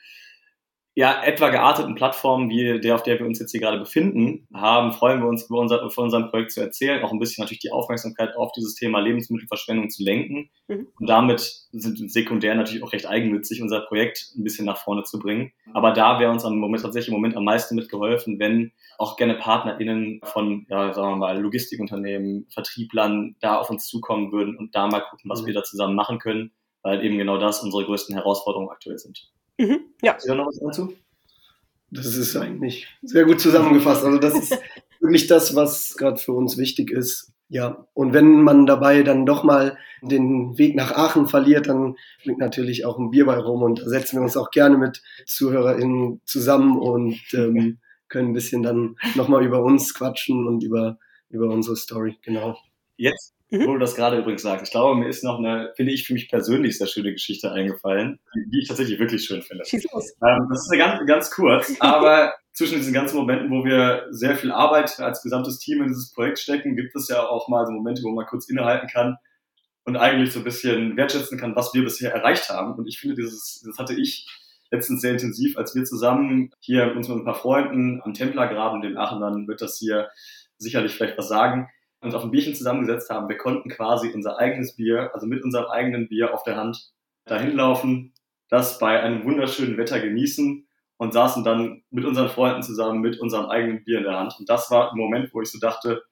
ja, etwa gearteten Plattformen, wie der, auf der wir uns jetzt hier gerade befinden, haben, freuen wir uns, über unser, von unserem Projekt zu erzählen, auch ein bisschen natürlich die Aufmerksamkeit auf dieses Thema Lebensmittelverschwendung zu lenken mhm. und damit sind sekundär natürlich auch recht eigennützig, unser Projekt ein bisschen nach vorne zu bringen. Aber da wäre uns am Moment, tatsächlich im Moment am meisten mitgeholfen, wenn auch gerne PartnerInnen von, ja, sagen wir mal, Logistikunternehmen, Vertrieblern da auf uns zukommen würden und da mal gucken, was mhm. wir da zusammen machen können, weil eben genau das unsere größten Herausforderungen aktuell sind. Mhm, ja. Hast du da noch was dazu? Das ist eigentlich sehr gut zusammengefasst. Also das ist wirklich das, was gerade für uns wichtig ist. Ja, und wenn man dabei dann doch mal den Weg nach Aachen verliert, dann fliegt natürlich auch ein Bier bei rum und da setzen wir uns auch gerne mit ZuhörerInnen zusammen und ähm, können ein bisschen dann nochmal über uns quatschen und über, über unsere Story, genau. Jetzt, mhm. wo du das gerade übrigens sagst, ich glaube, mir ist noch eine, finde ich, für mich persönlich sehr schöne Geschichte eingefallen, die ich tatsächlich wirklich schön finde. Schieß los. Ähm, das ist eine ganz, ganz kurz, aber zwischen diesen ganzen Momenten, wo wir sehr viel Arbeit als gesamtes Team in dieses Projekt stecken, gibt es ja auch mal so Momente, wo man kurz innehalten kann und eigentlich so ein bisschen wertschätzen kann, was wir bisher erreicht haben. Und ich finde, dieses, das hatte ich letztens sehr intensiv, als wir zusammen hier uns mit ein paar Freunden am Templergraben, den Aachen, dann wird das hier sicherlich vielleicht was sagen, uns auf ein Bierchen zusammengesetzt haben. Wir konnten quasi unser eigenes Bier, also mit unserem eigenen Bier auf der Hand, dahin laufen, das bei einem wunderschönen Wetter genießen und saßen dann mit unseren Freunden zusammen mit unserem eigenen Bier in der Hand. Und das war ein Moment, wo ich so dachte,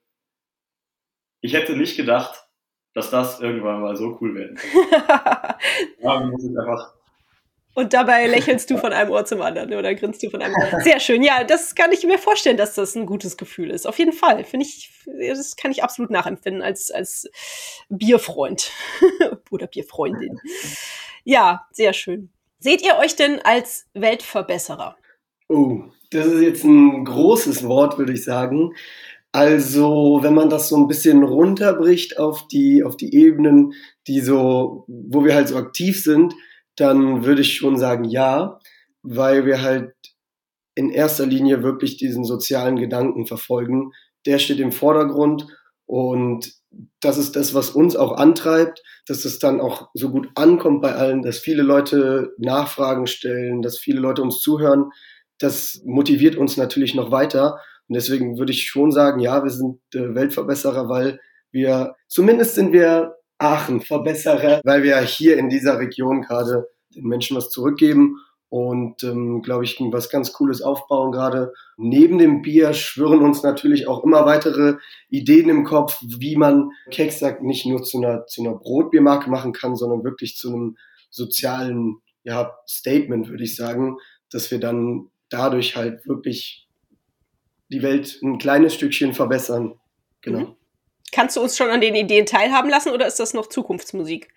ich hätte nicht gedacht, dass das irgendwann mal so cool werden kann. Ja, muss ich einfach Und dabei lächelst du von einem Ohr zum anderen oder grinst du von einem Ohr. Sehr schön. Ja, das kann ich mir vorstellen, dass das ein gutes Gefühl ist. Auf jeden Fall. Finde ich, das kann ich absolut nachempfinden als, als Bierfreund oder Bierfreundin. Ja, sehr schön. Seht ihr euch denn als Weltverbesserer? Oh, das ist jetzt ein großes Wort, würde ich sagen. Also, wenn man das so ein bisschen runterbricht auf die, auf die Ebenen, die so, wo wir halt so aktiv sind, dann würde ich schon sagen, ja, weil wir halt in erster Linie wirklich diesen sozialen Gedanken verfolgen. Der steht im Vordergrund und das ist das, was uns auch antreibt, dass es dann auch so gut ankommt bei allen, dass viele Leute Nachfragen stellen, dass viele Leute uns zuhören. Das motiviert uns natürlich noch weiter und deswegen würde ich schon sagen, ja, wir sind äh, Weltverbesserer, weil wir, zumindest sind wir Aachen-Verbesserer, weil wir hier in dieser Region gerade den Menschen was zurückgeben und, ähm, glaube ich, was ganz Cooles aufbauen gerade. Neben dem Bier schwirren uns natürlich auch immer weitere Ideen im Kopf, wie man Kecksack nicht nur zu einer, zu einer Brotbiermarke machen kann, sondern wirklich zu einem sozialen, ja, Statement, würde ich sagen, dass wir dann dadurch halt wirklich die Welt ein kleines Stückchen verbessern. Genau. Mhm. Kannst du uns schon an den Ideen teilhaben lassen oder ist das noch Zukunftsmusik?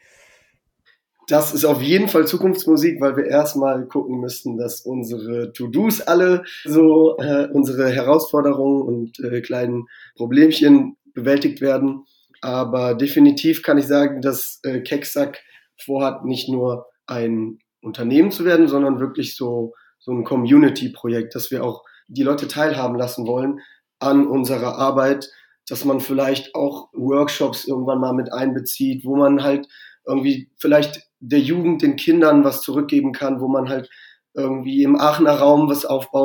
Das ist auf jeden Fall Zukunftsmusik, weil wir erstmal gucken müssten, dass unsere To-Dos alle so äh, unsere Herausforderungen und äh, kleinen Problemchen bewältigt werden. Aber definitiv kann ich sagen, dass äh, Kecksack vorhat, nicht nur ein Unternehmen zu werden, sondern wirklich so, so ein Community-Projekt, dass wir auch die Leute teilhaben lassen wollen an unserer Arbeit, dass man vielleicht auch Workshops irgendwann mal mit einbezieht, wo man halt irgendwie vielleicht der Jugend, den Kindern was zurückgeben kann, wo man halt irgendwie im Aachener Raum was aufbaut,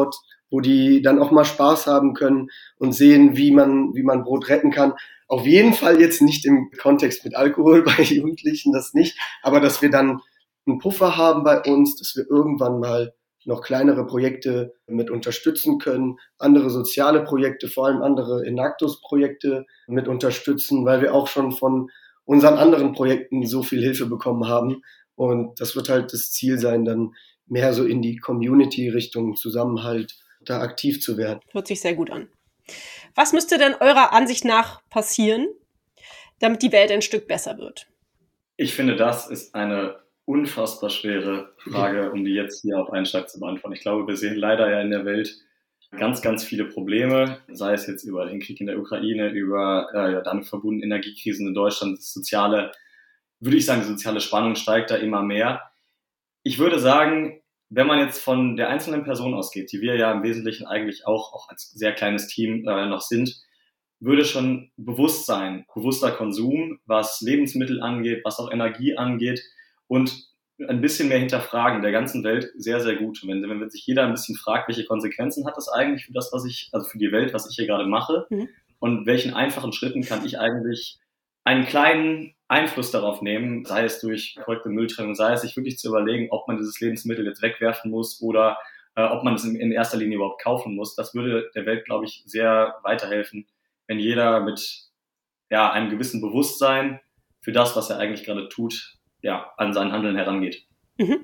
wo die dann auch mal Spaß haben können und sehen, wie man, wie man Brot retten kann. Auf jeden Fall jetzt nicht im Kontext mit Alkohol bei Jugendlichen, das nicht, aber dass wir dann einen Puffer haben bei uns, dass wir irgendwann mal noch kleinere Projekte mit unterstützen können, andere soziale Projekte, vor allem andere Enactus-Projekte mit unterstützen, weil wir auch schon von unseren anderen Projekten so viel Hilfe bekommen haben. Und das wird halt das Ziel sein, dann mehr so in die Community-Richtung Zusammenhalt da aktiv zu werden. Hört sich sehr gut an. Was müsste denn eurer Ansicht nach passieren, damit die Welt ein Stück besser wird? Ich finde, das ist eine unfassbar schwere Frage, um die jetzt hier auf einen Schlag zu beantworten. Ich glaube, wir sehen leider ja in der Welt ganz, ganz viele Probleme, sei es jetzt über den Krieg in der Ukraine, über äh, ja, damit verbundene Energiekrisen in Deutschland, das soziale, würde ich sagen, die soziale Spannung steigt da immer mehr. Ich würde sagen, wenn man jetzt von der einzelnen Person ausgeht, die wir ja im Wesentlichen eigentlich auch, auch als sehr kleines Team äh, noch sind, würde schon Bewusstsein, bewusster Konsum, was Lebensmittel angeht, was auch Energie angeht und ein bisschen mehr hinterfragen der ganzen Welt sehr, sehr gut. Wenn, wenn sich jeder ein bisschen fragt, welche Konsequenzen hat das eigentlich für das, was ich, also für die Welt, was ich hier gerade mache, mhm. und welchen einfachen Schritten kann ich eigentlich einen kleinen Einfluss darauf nehmen, sei es durch korrekte Mülltrennung, sei es sich wirklich zu überlegen, ob man dieses Lebensmittel jetzt wegwerfen muss oder äh, ob man es in, in erster Linie überhaupt kaufen muss. Das würde der Welt, glaube ich, sehr weiterhelfen, wenn jeder mit ja, einem gewissen Bewusstsein für das, was er eigentlich gerade tut, ja, an sein Handeln herangeht. Mhm.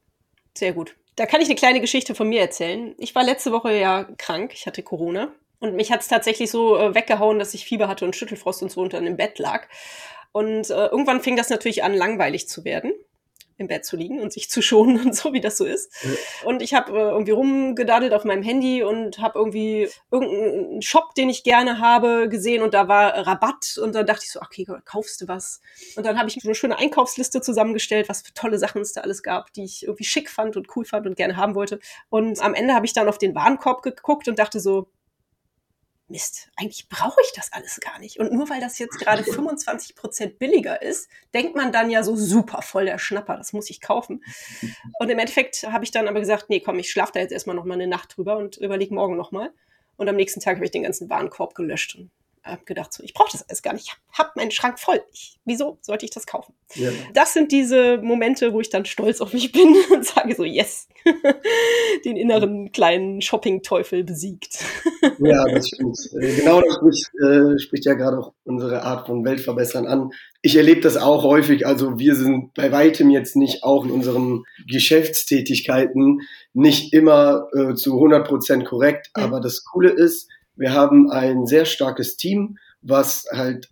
Sehr gut. Da kann ich eine kleine Geschichte von mir erzählen. Ich war letzte Woche ja krank, ich hatte Corona und mich hat es tatsächlich so äh, weggehauen, dass ich Fieber hatte und Schüttelfrost und so und dann im Bett lag. Und äh, irgendwann fing das natürlich an, langweilig zu werden, im Bett zu liegen und sich zu schonen und so, wie das so ist. Ja. Und ich habe äh, irgendwie rumgedaddelt auf meinem Handy und habe irgendwie irgendeinen Shop, den ich gerne habe, gesehen und da war Rabatt und dann dachte ich so, okay, kaufst du was? Und dann habe ich so eine schöne Einkaufsliste zusammengestellt, was für tolle Sachen es da alles gab, die ich irgendwie schick fand und cool fand und gerne haben wollte. Und am Ende habe ich dann auf den Warenkorb geguckt und dachte so, Mist, eigentlich brauche ich das alles gar nicht. Und nur weil das jetzt gerade fünfundzwanzig Prozent billiger ist, denkt man dann ja so super voll der Schnapper, das muss ich kaufen. Und im Endeffekt habe ich dann aber gesagt, nee, komm, ich schlafe da jetzt erstmal noch mal eine Nacht drüber und überlege morgen noch mal. Und am nächsten Tag habe ich den ganzen Warenkorb gelöscht und habe gedacht, so, ich brauche das alles gar nicht. Ich habe meinen Schrank voll. Ich, wieso sollte ich das kaufen? Ja. Das sind diese Momente, wo ich dann stolz auf mich bin und sage so, yes, den inneren kleinen Shopping-Teufel besiegt. Ja, das stimmt. Genau das spricht, äh, spricht ja gerade auch unsere Art von Weltverbessern an. Ich erlebe das auch häufig. Also wir sind bei weitem jetzt nicht auch in unseren Geschäftstätigkeiten nicht immer äh, zu hundert Prozent korrekt. Mhm. Aber das Coole ist, wir haben ein sehr starkes Team, was halt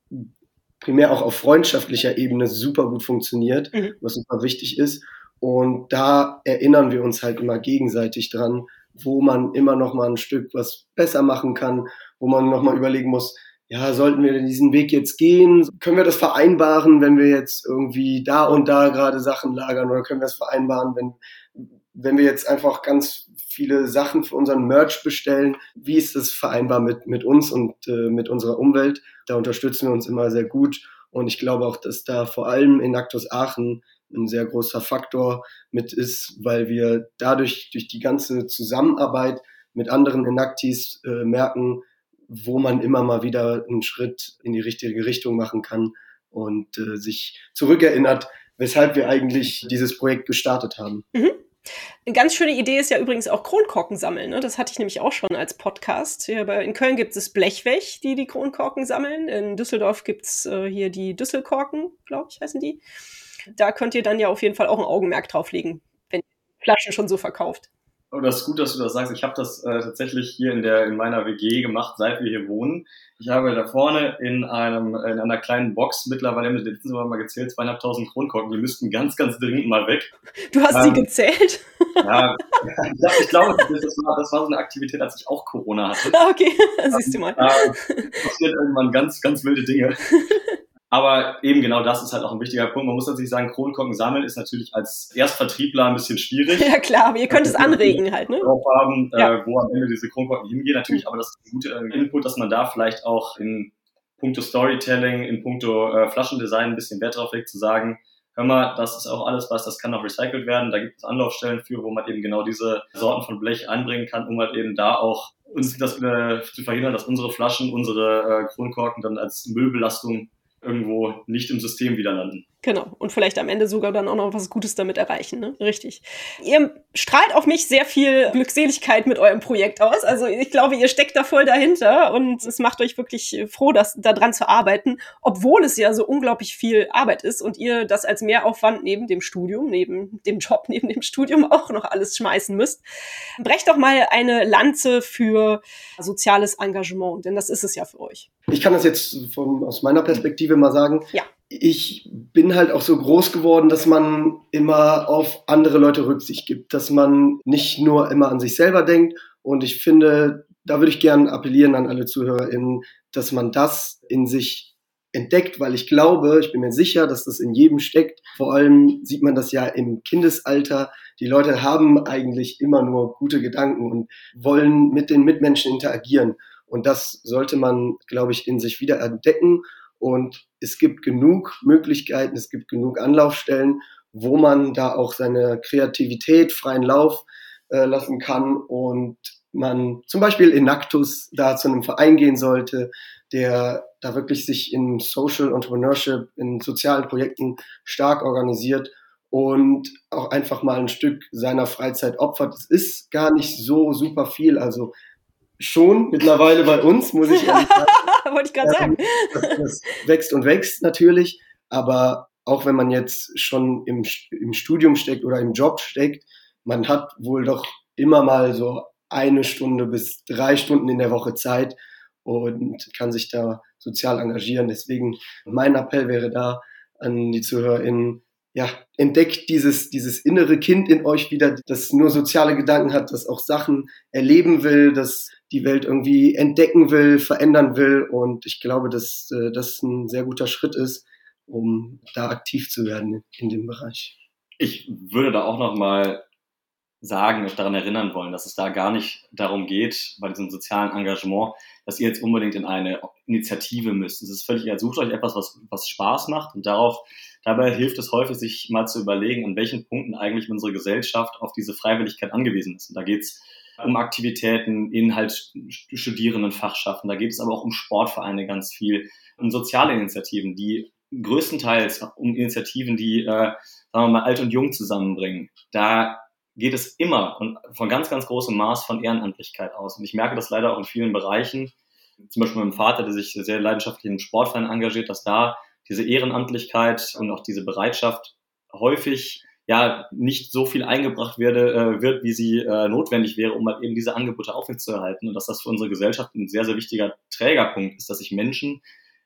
primär auch auf freundschaftlicher Ebene super gut funktioniert, mhm. was super wichtig ist. Und da erinnern wir uns halt immer gegenseitig dran, wo man immer noch mal ein Stück was besser machen kann, wo man noch mal überlegen muss, ja, sollten wir diesen Weg jetzt gehen? Können wir das vereinbaren, wenn wir jetzt irgendwie da und da gerade Sachen lagern? Oder können wir es vereinbaren, wenn, wenn wir jetzt einfach ganz viele Sachen für unseren Merch bestellen? Wie ist das vereinbar mit, mit uns und äh, mit unserer Umwelt? Da unterstützen wir uns immer sehr gut. Und ich glaube auch, dass da vor allem in Enactus Aachen ein sehr großer Faktor mit ist, weil wir dadurch, durch die ganze Zusammenarbeit mit anderen Enactis äh, merken, wo man immer mal wieder einen Schritt in die richtige Richtung machen kann und äh, sich zurückerinnert, weshalb wir eigentlich dieses Projekt gestartet haben. Mhm. Eine ganz schöne Idee ist ja übrigens auch Kronkorken sammeln. Ne? Das hatte ich nämlich auch schon als Podcast. Hier bei, in Köln gibt es Blechweg, die die Kronkorken sammeln. In Düsseldorf gibt es äh, hier die Düsselkorken, glaube ich, heißen die. Da könnt ihr dann ja auf jeden Fall auch ein Augenmerk drauf legen, wenn ihr Flaschen schon so verkauft. Oh, das ist gut, dass du das sagst. Ich habe das äh, tatsächlich hier in der in meiner W G gemacht, seit wir hier wohnen. Ich habe da vorne in einem in einer kleinen Box mittlerweile mit letzten Mal mal gezählt, zweieinhalbtausend Kronkorken. Die müssten ganz, ganz dringend mal weg. Du hast ähm, sie gezählt? Ja, ich, ich glaube, das war, das war so eine Aktivität, als ich auch Corona hatte. Ah, okay, siehst du mal. Da passieren irgendwann ganz, ganz wilde Dinge. Aber eben genau das ist halt auch ein wichtiger Punkt. Man muss natürlich sagen, Kronkorken sammeln ist natürlich als Erstvertriebler ein bisschen schwierig. Ja klar, aber ihr könnt es anregen halt, ne? Drauf haben, ja. äh, wo am Ende diese Kronkorken hingehen natürlich, aber das ist ein guter äh, Input, dass man da vielleicht auch in puncto Storytelling, in puncto äh, Flaschendesign ein bisschen Wert drauf legt, zu sagen, hör mal, das ist auch alles was, das kann auch recycelt werden, da gibt es Anlaufstellen für, wo man eben genau diese Sorten von Blech einbringen kann, um halt eben da auch uns das äh, zu verhindern, dass unsere Flaschen, unsere äh, Kronkorken dann als Müllbelastung irgendwo nicht im System wieder landen. Genau. Und vielleicht am Ende sogar dann auch noch was Gutes damit erreichen, ne? Richtig. Ihr strahlt auf mich sehr viel Glückseligkeit mit eurem Projekt aus. Also ich glaube, ihr steckt da voll dahinter und es macht euch wirklich froh, das, da dran zu arbeiten, obwohl es ja so unglaublich viel Arbeit ist und ihr das als Mehraufwand neben dem Studium, neben dem Job, neben dem Studium auch noch alles schmeißen müsst. Brecht doch mal eine Lanze für soziales Engagement, denn das ist es ja für euch. Ich kann das jetzt von, aus meiner Perspektive mal sagen. Ja. Ich bin halt auch so groß geworden, dass man immer auf andere Leute Rücksicht gibt, dass man nicht nur immer an sich selber denkt. Und ich finde, da würde ich gerne appellieren an alle ZuhörerInnen, dass man das in sich entdeckt, weil ich glaube, ich bin mir sicher, dass das in jedem steckt. Vor allem sieht man das ja im Kindesalter. Die Leute haben eigentlich immer nur gute Gedanken und wollen mit den Mitmenschen interagieren. Und das sollte man, glaube ich, in sich wieder entdecken. Und es gibt genug Möglichkeiten, es gibt genug Anlaufstellen, wo man da auch seine Kreativität freien Lauf äh, lassen kann und man zum Beispiel in Inactus da zu einem Verein gehen sollte, der da wirklich sich in Social Entrepreneurship, in sozialen Projekten stark organisiert und auch einfach mal ein Stück seiner Freizeit opfert. Es ist gar nicht so super viel, also schon mittlerweile bei uns, muss ich ehrlich sagen. Wollte ich gerade sagen. Das, das wächst und wächst natürlich, aber auch wenn man jetzt schon im, im Studium steckt oder im Job steckt, man hat wohl doch immer mal so eine Stunde bis drei Stunden in der Woche Zeit und kann sich da sozial engagieren. Deswegen mein Appell wäre da an die ZuhörerInnen, ja, entdeckt dieses, dieses innere Kind in euch wieder, das nur soziale Gedanken hat, das auch Sachen erleben will, das die Welt irgendwie entdecken will, verändern will. Und ich glaube, dass äh, das ein sehr guter Schritt ist, um da aktiv zu werden in dem Bereich. Ich würde da auch noch mal sagen, euch daran erinnern wollen, dass es da gar nicht darum geht, bei diesem sozialen Engagement, dass ihr jetzt unbedingt in eine Initiative müsst. Es ist völlig egal, sucht euch etwas, was, was Spaß macht und darauf, dabei hilft es häufig, sich mal zu überlegen, an welchen Punkten eigentlich unsere Gesellschaft auf diese Freiwilligkeit angewiesen ist. Und da geht es um Aktivitäten in halt Studierendenfachschaften, da geht es aber auch um Sportvereine ganz viel, um soziale Initiativen, die größtenteils um Initiativen, die, äh, sagen wir mal, alt und jung zusammenbringen. Da geht es immer und von ganz, ganz großem Maß von Ehrenamtlichkeit aus. Und ich merke das leider auch in vielen Bereichen, zum Beispiel mit meinem Vater, der sich sehr leidenschaftlich im Sportverein engagiert, dass da diese Ehrenamtlichkeit und auch diese Bereitschaft häufig ja nicht so viel eingebracht werde, äh, wird, wie sie äh, notwendig wäre, um halt eben diese Angebote aufrechtzuerhalten. Und dass das für unsere Gesellschaft ein sehr, sehr wichtiger Trägerpunkt ist, dass sich Menschen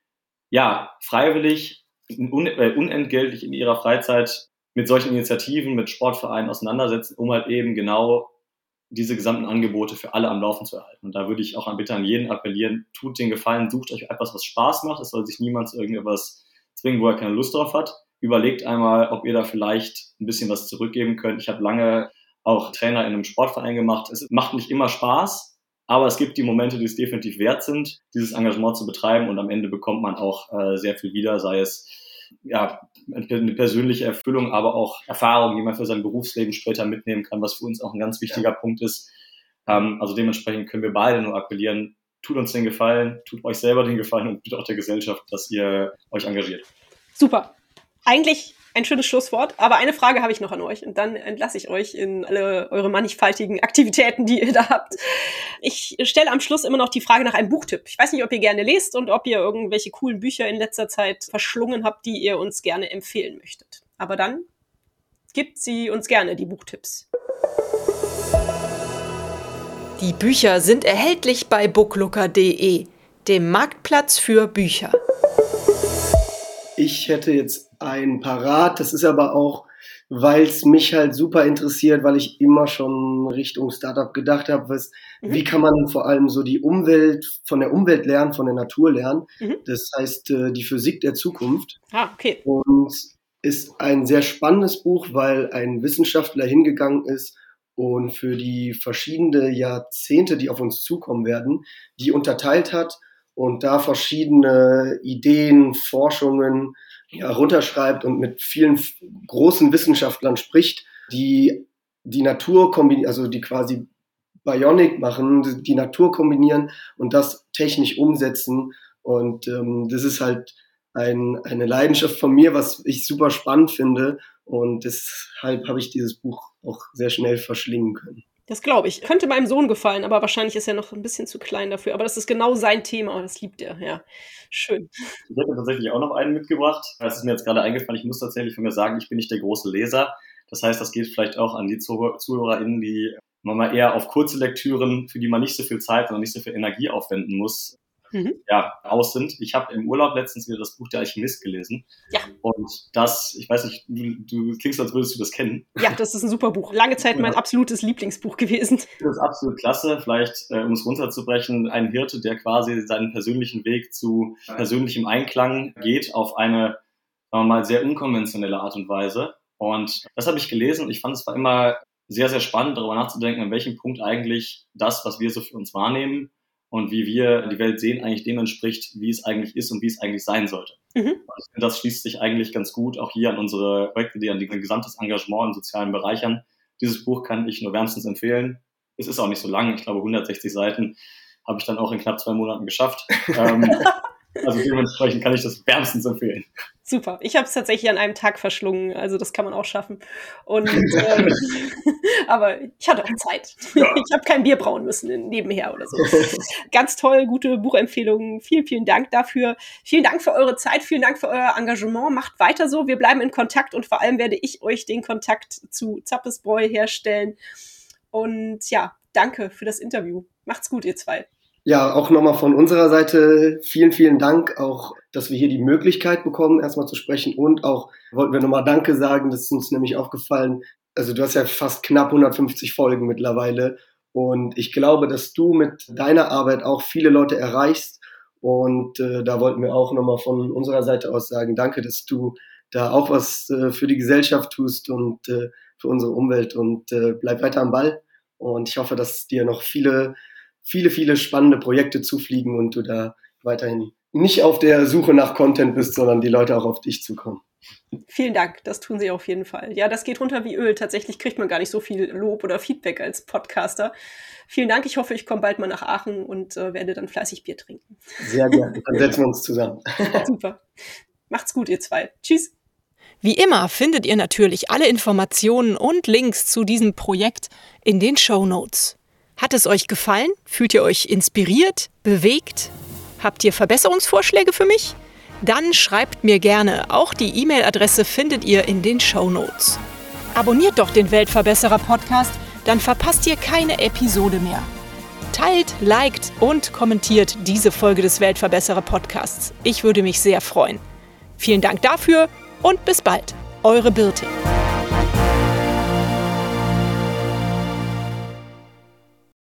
ja freiwillig, un- äh, unentgeltlich in ihrer Freizeit mit solchen Initiativen, mit Sportvereinen auseinandersetzen, um halt eben genau diese gesamten Angebote für alle am Laufen zu erhalten. Und da würde ich auch an bitte an jeden appellieren, tut den Gefallen, sucht euch etwas, was Spaß macht. Es soll sich niemand zu irgendetwas zwingen, wo er keine Lust drauf hat. Überlegt einmal, ob ihr da vielleicht ein bisschen was zurückgeben könnt. Ich habe lange auch Trainer in einem Sportverein gemacht. Es macht nicht immer Spaß, aber es gibt die Momente, die es definitiv wert sind, dieses Engagement zu betreiben. Und am Ende bekommt man auch äh, sehr viel wieder, sei es ja, eine persönliche Erfüllung, aber auch Erfahrungen, die man für sein Berufsleben später mitnehmen kann, was für uns auch ein ganz wichtiger ja. Punkt ist. Ähm, also dementsprechend können wir beide nur appellieren, tut uns den Gefallen, tut euch selber den Gefallen und tut auch der Gesellschaft, dass ihr euch engagiert. Super. Eigentlich ein schönes Schlusswort, aber eine Frage habe ich noch an euch und dann entlasse ich euch in alle eure mannigfaltigen Aktivitäten, die ihr da habt. Ich stelle am Schluss immer noch die Frage nach einem Buchtipp. Ich weiß nicht, ob ihr gerne lest und ob ihr irgendwelche coolen Bücher in letzter Zeit verschlungen habt, die ihr uns gerne empfehlen möchtet. Aber dann gibt sie uns gerne, die Buchtipps. Die Bücher sind erhältlich bei booklooker punkt de, dem Marktplatz für Bücher. Ich hätte jetzt einen parat, das ist aber auch, weil es mich halt super interessiert, weil ich immer schon Richtung Startup gedacht habe, was, mhm. wie kann man vor allem so die Umwelt, von der Umwelt lernen, von der Natur lernen. Mhm. Das heißt, die Physik der Zukunft. Ah, okay. Und ist ein sehr spannendes Buch, weil ein Wissenschaftler hingegangen ist und für die verschiedenen Jahrzehnte, die auf uns zukommen werden, die unterteilt hat und da verschiedene Ideen, Forschungen ja, runterschreibt und mit vielen großen Wissenschaftlern spricht, die die Natur kombinieren, also die quasi Bionic machen, die Natur kombinieren und das technisch umsetzen. Und ähm, das ist halt ein, eine Leidenschaft von mir, was ich super spannend finde. Und deshalb habe ich dieses Buch auch sehr schnell verschlingen können. Das glaube ich. Könnte meinem Sohn gefallen, aber wahrscheinlich ist er noch ein bisschen zu klein dafür. Aber das ist genau sein Thema, das liebt er, ja. Schön. Ich hätte tatsächlich auch noch einen mitgebracht. Das ist mir jetzt gerade eingefallen. Ich muss tatsächlich von mir sagen, ich bin nicht der große Leser. Das heißt, das geht vielleicht auch an die ZuhörerInnen, die mal eher auf kurze Lektüren, für die man nicht so viel Zeit und nicht so viel Energie aufwenden muss, mhm. ja, aus sind. Ich habe im Urlaub letztens wieder das Buch Der Alchemist gelesen. Ja. Und das, ich weiß nicht, du, du klingst, als würdest du das kennen. Ja, das ist ein super Buch. Lange Zeit mein absolutes Lieblingsbuch gewesen. Das ist absolut klasse. Vielleicht, äh, um es runterzubrechen, ein Hirte, der quasi seinen persönlichen Weg zu persönlichem Einklang geht auf eine, sagen wir mal, sehr unkonventionelle Art und Weise. Und das habe ich gelesen und ich fand, es war immer sehr, sehr spannend, darüber nachzudenken, an welchem Punkt eigentlich das, was wir so für uns wahrnehmen und wie wir die Welt sehen, eigentlich dem entspricht, wie es eigentlich ist und wie es eigentlich sein sollte. Mhm. Ich finde, das schließt sich eigentlich ganz gut auch hier an unsere Projekte, die an die gesamtes Engagement im sozialen Bereich an. Dieses Buch kann ich nur wärmstens empfehlen. Es ist auch nicht so lang, ich glaube hundertsechzig Seiten habe ich dann auch in knapp zwei Monaten geschafft. ähm, Also dementsprechend kann ich das wärmstens empfehlen. Super. Ich habe es tatsächlich an einem Tag verschlungen. Also das kann man auch schaffen. Und ähm, aber ich hatte auch Zeit. Ja. Ich habe kein Bier brauen müssen nebenher oder so. Ganz toll, gute Buchempfehlungen. Vielen, vielen Dank dafür. Vielen Dank für eure Zeit. Vielen Dank für euer Engagement. Macht weiter so. Wir bleiben in Kontakt und vor allem werde ich euch den Kontakt zu Zappesbräu herstellen. Und ja, danke für das Interview. Macht's gut, ihr zwei. Ja, auch nochmal von unserer Seite vielen, vielen Dank, auch, dass wir hier die Möglichkeit bekommen, erstmal zu sprechen, und auch wollten wir nochmal Danke sagen, das ist uns nämlich aufgefallen. Also du hast ja fast knapp hundertfünfzig Folgen mittlerweile und ich glaube, dass du mit deiner Arbeit auch viele Leute erreichst und äh, da wollten wir auch nochmal von unserer Seite aus sagen, danke, dass du da auch was äh, für die Gesellschaft tust und äh, für unsere Umwelt und äh, bleib weiter am Ball und ich hoffe, dass dir noch viele viele, viele spannende Projekte zufliegen und du da weiterhin nicht auf der Suche nach Content bist, sondern die Leute auch auf dich zukommen. Vielen Dank, das tun sie auf jeden Fall. Ja, das geht runter wie Öl. Tatsächlich kriegt man gar nicht so viel Lob oder Feedback als Podcaster. Vielen Dank, ich hoffe, ich komme bald mal nach Aachen und äh, werde dann fleißig Bier trinken. Sehr gerne, dann setzen wir uns zusammen. Super. Macht's gut, ihr zwei. Tschüss. Wie immer findet ihr natürlich alle Informationen und Links zu diesem Projekt in den Shownotes. Hat es euch gefallen? Fühlt ihr euch inspiriert, bewegt? Habt ihr Verbesserungsvorschläge für mich? Dann schreibt mir gerne. Auch die E-Mail-Adresse findet ihr in den Shownotes. Abonniert doch den Weltverbesserer-Podcast, dann verpasst ihr keine Episode mehr. Teilt, liked und kommentiert diese Folge des Weltverbesserer-Podcasts. Ich würde mich sehr freuen. Vielen Dank dafür und bis bald. Eure Birte.